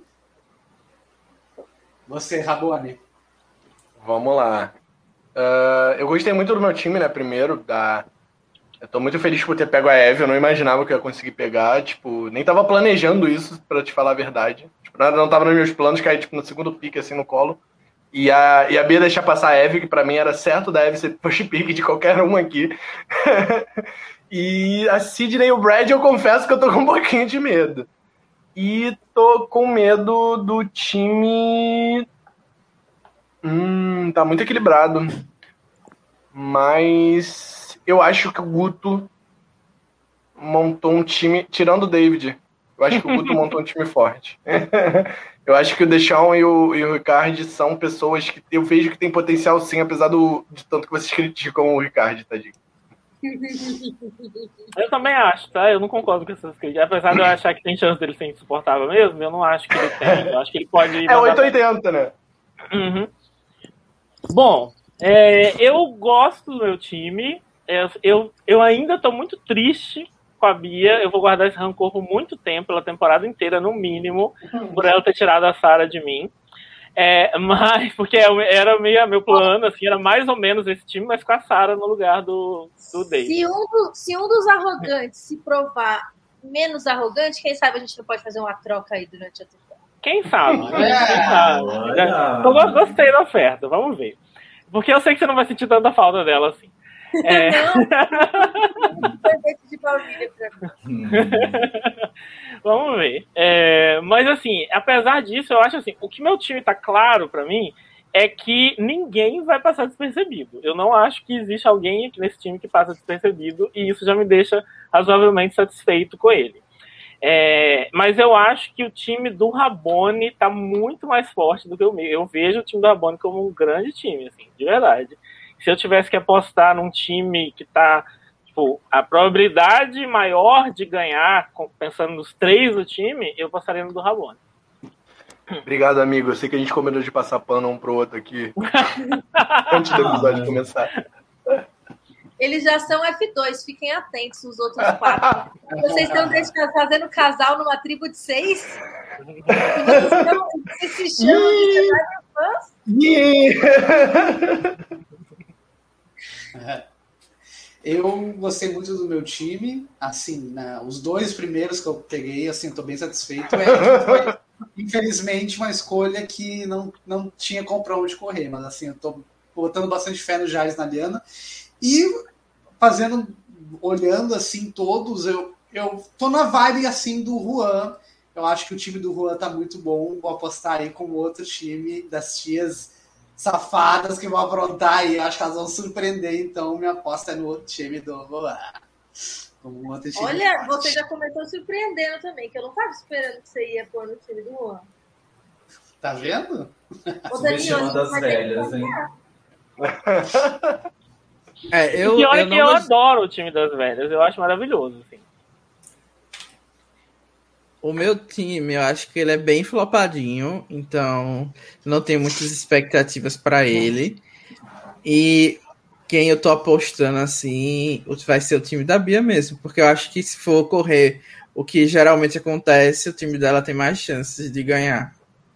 Você, Rabone? Vamos lá. Uh, eu gostei muito do meu time, né? Primeiro, da... eu tô muito feliz por ter pego a Eve, eu não imaginava que eu ia conseguir pegar, tipo, nem tava planejando isso, pra te falar a verdade. Tipo, nada, não tava nos meus planos, cair, tipo, no segundo pick, assim, no colo. E a, e a Bia deixar passar a Eve, que pra mim era certo da Eve ser push pick de qualquer um aqui. E a Sidney e o Brad, eu confesso que eu tô com um pouquinho de medo. E tô com medo do time... Hum, tá muito equilibrado. Mas eu acho que o Guto montou um time... Tirando o David, eu acho que o Guto montou um time forte. Eu acho que o Deshaun e o, e o Ricard são pessoas que eu vejo que tem potencial sim, apesar do, de tanto que vocês criticam o Ricard, tadinho. Eu também acho, tá? Eu não concordo com essas críticas. Apesar de eu achar que tem chance dele ser insuportável mesmo, eu não acho que ele tem. Eu acho que ele pode... É oito oitenta, né? Uhum. Bom, é, eu gosto do meu time. Eu, eu, eu ainda tô muito triste com a Bia. Eu vou guardar esse rancor por muito tempo, pela temporada inteira, no mínimo, por ela ter tirado a Sarah de mim. É, mas, porque era meio meu plano, assim, era mais ou menos esse time, mas com a Sarah no lugar do, do David. Se um, do, se um dos arrogantes se provar menos arrogante, quem sabe a gente não pode fazer uma troca aí durante a temporada. Quem sabe? Né? Quem sabe? Eu gostei da oferta, vamos ver. Porque eu sei que você não vai sentir tanta falta dela, assim. É... Não, de família pra mim. Vamos ver. É, mas assim, apesar disso, eu acho assim, o que meu time tá claro pra mim é que ninguém vai passar despercebido. Eu não acho que existe alguém aqui nesse time que passa despercebido, e isso já me deixa razoavelmente satisfeito com ele. É, mas eu acho que o time do Rabone tá muito mais forte do que o meu. Eu vejo o time do Rabone como um grande time, assim, de verdade. Se eu tivesse que apostar num time que tá, tipo, a probabilidade maior de ganhar, pensando nos três do time, eu apostaria no do Rabone. Obrigado, amigo. Eu sei que a gente combinou de passar pano um pro outro aqui antes do episódio começar. Eles já são F dois, fiquem atentos os outros quatro. Vocês estão fazendo casal numa tribo de seis? E vocês, estão, vocês se chamam de fãs? Eu gostei muito do meu time, assim, né, os dois primeiros que eu peguei, assim, estou bem satisfeito. É, foi, infelizmente, uma escolha que não, não tinha como pra onde correr, mas assim, eu tô botando bastante fé no Jairos, na Liana, e fazendo, olhando assim todos, eu, eu tô na vibe assim do Juan. Eu acho que o time do Juan tá muito bom, vou apostar aí com outro time das tias safadas que vão aprontar aí, acho que elas vão surpreender, então minha aposta é no outro time do Juan. Um outro time. Olha, você já começou surpreendendo também, que eu não estava esperando que você ia pôr no time do Juan. Tá vendo? Subestimando as velhas, hein? É, eu, e olha eu que não eu gost- adoro o time das velhas, eu acho maravilhoso, assim. O meu time, eu acho que ele é bem flopadinho, então não tenho muitas expectativas para ele. E quem eu tô apostando assim vai ser o time da Bia mesmo, porque eu acho que se for ocorrer o que geralmente acontece, o time dela tem mais chances de ganhar.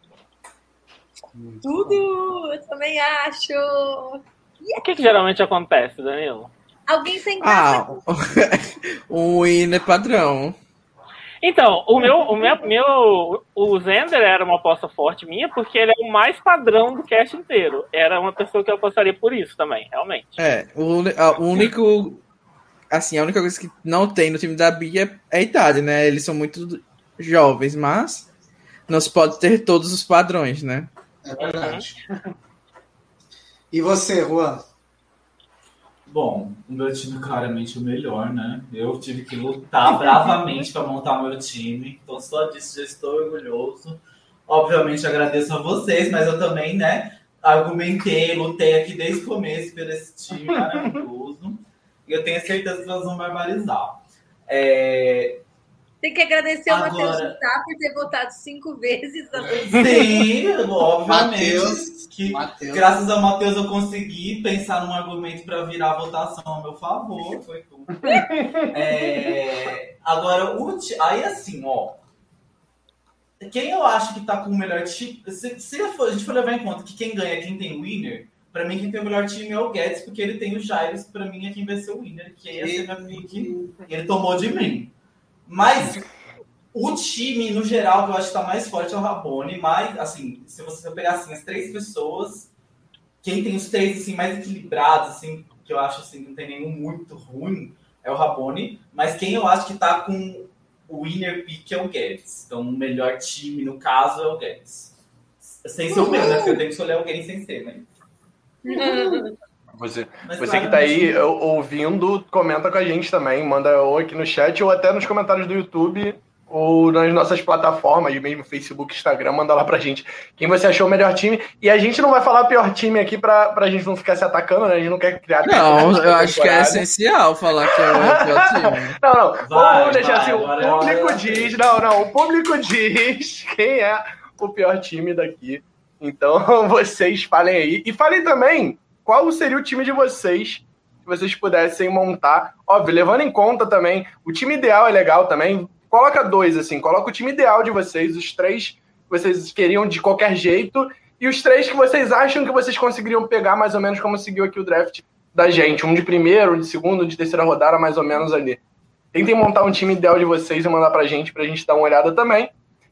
Tudo! Eu também acho! O que, que geralmente acontece, Danilo? Alguém sem graça. Ah, o winner padrão. Então, o meu, o meu, meu, o Zender era uma aposta forte minha, porque ele é o mais padrão do cast inteiro. Era uma pessoa que eu apostaria por isso também, realmente. É, o, a- o único, assim, a única coisa que não tem no time da Bia é a idade, né? Eles são muito jovens, mas não se pode ter todos os padrões, né? É verdade. E você, Juan? Bom, o meu time claramente é o melhor, né? Eu tive que lutar bravamente para montar meu time, então só disso já estou orgulhoso. Obviamente agradeço a vocês, mas eu também, né, argumentei, lutei aqui desde o começo por esse time maravilhoso. E eu tenho certeza que nós vamos barbarizar. É... Tem que agradecer ao Agora- Matheus Jutá por ter votado cinco vezes. Sim, obviamente. Matheus, que Matheus. graças ao Matheus eu consegui pensar num argumento para virar a votação a meu favor. Foi tudo. É, agora, o ti- aí assim, ó. Quem eu acho que tá com o melhor time. Se, se eu for- a gente for levar em conta que quem ganha é quem tem winner, pra mim quem tem o melhor time é o Guedes, porque ele tem o Jairus, que pra mim é quem vai ser o winner, que ia ser minha pick, e ele tomou de mim. Mas o time, no geral, que eu acho que tá mais forte é o Rabone, mas, assim, se você pegar assim, as três pessoas, quem tem os três assim, mais equilibrados, assim, que eu acho assim, não tem nenhum muito ruim, é o Rabone, mas quem eu acho que tá com o winner pick é o Guedes. Então, o melhor time, no caso, é o Guedes. Sem ser o meu, né? Porque eu tenho que escolher alguém sem ser, né? Você, Mas, você claro, que tá aí gente- ou- ouvindo, comenta com a gente também. Manda ou aqui no chat ou até nos comentários do YouTube ou nas nossas plataformas, mesmo Facebook, Instagram, manda lá pra gente quem você achou o melhor time. E a gente não vai falar pior time aqui pra, pra gente não ficar se atacando, né? A gente não quer criar... Não, treta eu acho que é temporada. essencial falar que é o pior time. Não, não. Vai, vamos, vamos deixar vai, assim, agora é o a hora público da diz... treta. Não, não, o público diz quem é o pior time daqui. Então, vocês falem aí. E falem também qual seria o time de vocês que vocês pudessem montar. Óbvio, levando em conta também, o time ideal é legal também. Coloca dois, assim, coloca o time ideal de vocês, os três que vocês queriam de qualquer jeito, e os três que vocês acham que vocês conseguiriam pegar mais ou menos como seguiu aqui o draft da gente. Um de primeiro, um de segundo, um de terceira rodada, mais ou menos ali. Tentem montar um time ideal de vocês e mandar pra gente, pra gente dar uma olhada também.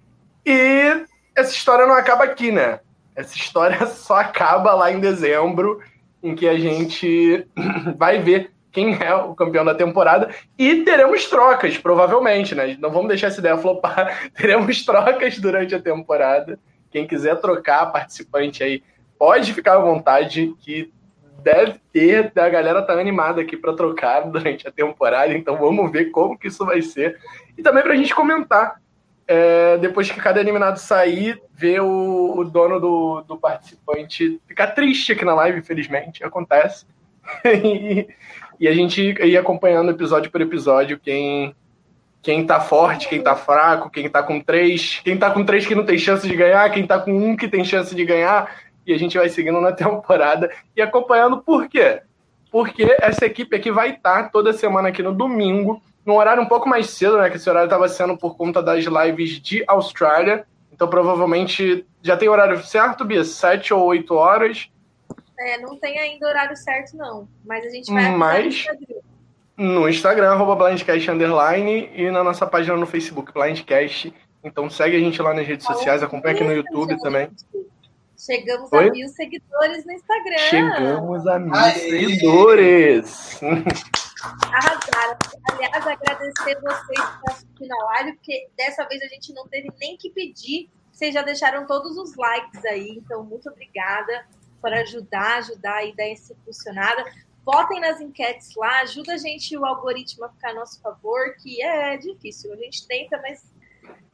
E essa história não acaba aqui, né? Essa história só acaba lá em dezembro, em que a gente vai ver quem é o campeão da temporada e teremos trocas, provavelmente, né? Não vamos deixar essa ideia flopar. Teremos trocas durante a temporada. Quem quiser trocar participante aí, pode ficar à vontade, que deve ter, a galera tá animada aqui para trocar durante a temporada, então vamos ver como que isso vai ser. E também pra gente comentar, é, depois que cada eliminado sair, ver o, o dono do, do participante ficar triste aqui na live, infelizmente, acontece. e, e a gente ir acompanhando episódio por episódio quem, quem tá forte, quem tá fraco, quem tá com três, quem tá com três que não tem chance de ganhar, quem tá com um que tem chance de ganhar, e a gente vai seguindo na temporada e acompanhando. Por quê? Porque essa equipe aqui vai estar toda semana aqui no domingo, num horário um pouco mais cedo, né? Que esse horário estava sendo por conta das lives de Austrália. Então, provavelmente, já tem horário certo, Bia? Sete ou oito horas. É, não tem ainda horário certo, não. Mas a gente vai avisar Mas no Instagram. no Instagram, arroba blindcast underline, e na nossa página no Facebook, Blindcast. Então segue a gente lá nas redes sociais, acompanha aqui no YouTube também. Chegamos Oi? a mil seguidores no Instagram. Chegamos a mil Aê! seguidores. Arrasaram. Aliás, agradecer vocês por assistir na live, porque dessa vez a gente não teve nem que pedir. Vocês já deixaram todos os likes aí, então muito obrigada por ajudar, ajudar aí, dar essa impulsionada. Votem nas enquetes lá, ajuda a gente o algoritmo a ficar a nosso favor, que é difícil. A gente tenta, mas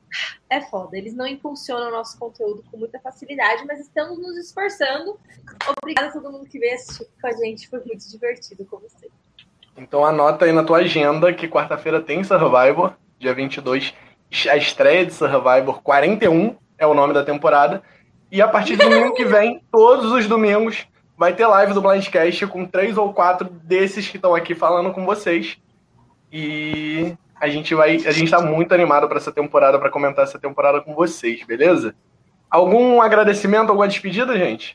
é foda. Eles não impulsionam o nosso conteúdo com muita facilidade, mas estamos nos esforçando. Obrigada a todo mundo que veio assistir com a gente. Foi muito divertido com você. Então anota aí na tua agenda que quarta-feira tem Survivor, dia vinte e dois. A estreia de Survivor quarenta e um é o nome da temporada. E a partir do domingo que vem, todos os domingos, vai ter live do Blindcast com três ou quatro desses que estão aqui falando com vocês. E a gente vai, a gente tá muito animado para essa temporada, para comentar essa temporada com vocês, beleza? Algum agradecimento, alguma despedida, gente?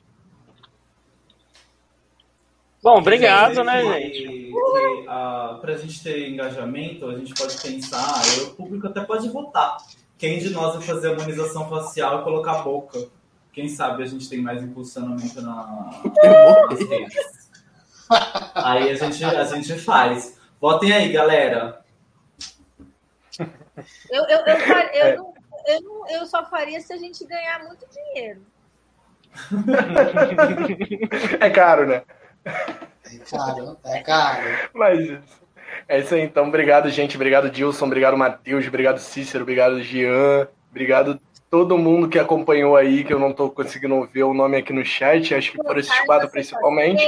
Bom, obrigado, né, que, gente? Que, uh, pra gente ter engajamento, a gente pode pensar, o público até pode votar. Quem de nós vai fazer a harmonização facial e colocar a boca? Quem sabe a gente tem mais impulsionamento na, nas redes. Aí a gente, a gente faz. Votem aí, galera. Eu, eu, eu, far, eu, não, eu, não, eu só faria se a gente ganhar muito dinheiro. É caro, né? É caro, é caro. Mas isso. É isso aí, então. Obrigado, gente. Obrigado, Dilson. Obrigado, Matheus. Obrigado, Cícero. Obrigado, Jean. Obrigado todo mundo que acompanhou aí, que eu não tô conseguindo ver o nome aqui no chat. Acho que por esses quatro principalmente.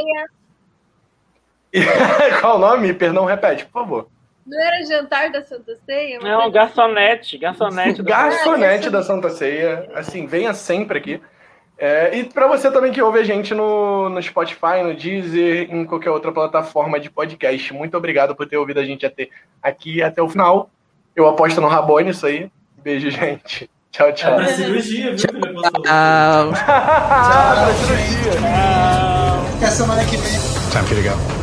Qual o nome? Perdão, repete, por favor. Não era jantar da Santa Ceia? Não, garçonete. Garçonete da, garçonete da Santa Ceia. Assim, venha sempre aqui. É, e para você também que ouve a gente no, no Spotify, no Deezer, em qualquer outra plataforma de podcast. Muito obrigado por ter ouvido a gente até aqui até o final. Eu aposto no Rabone isso aí. Beijo, gente. Tchau, tchau. É pra cirurgia, viu? Que ele postou. Tchau. Tchau, pra cirurgia. Até semana que vem. Time for you to go.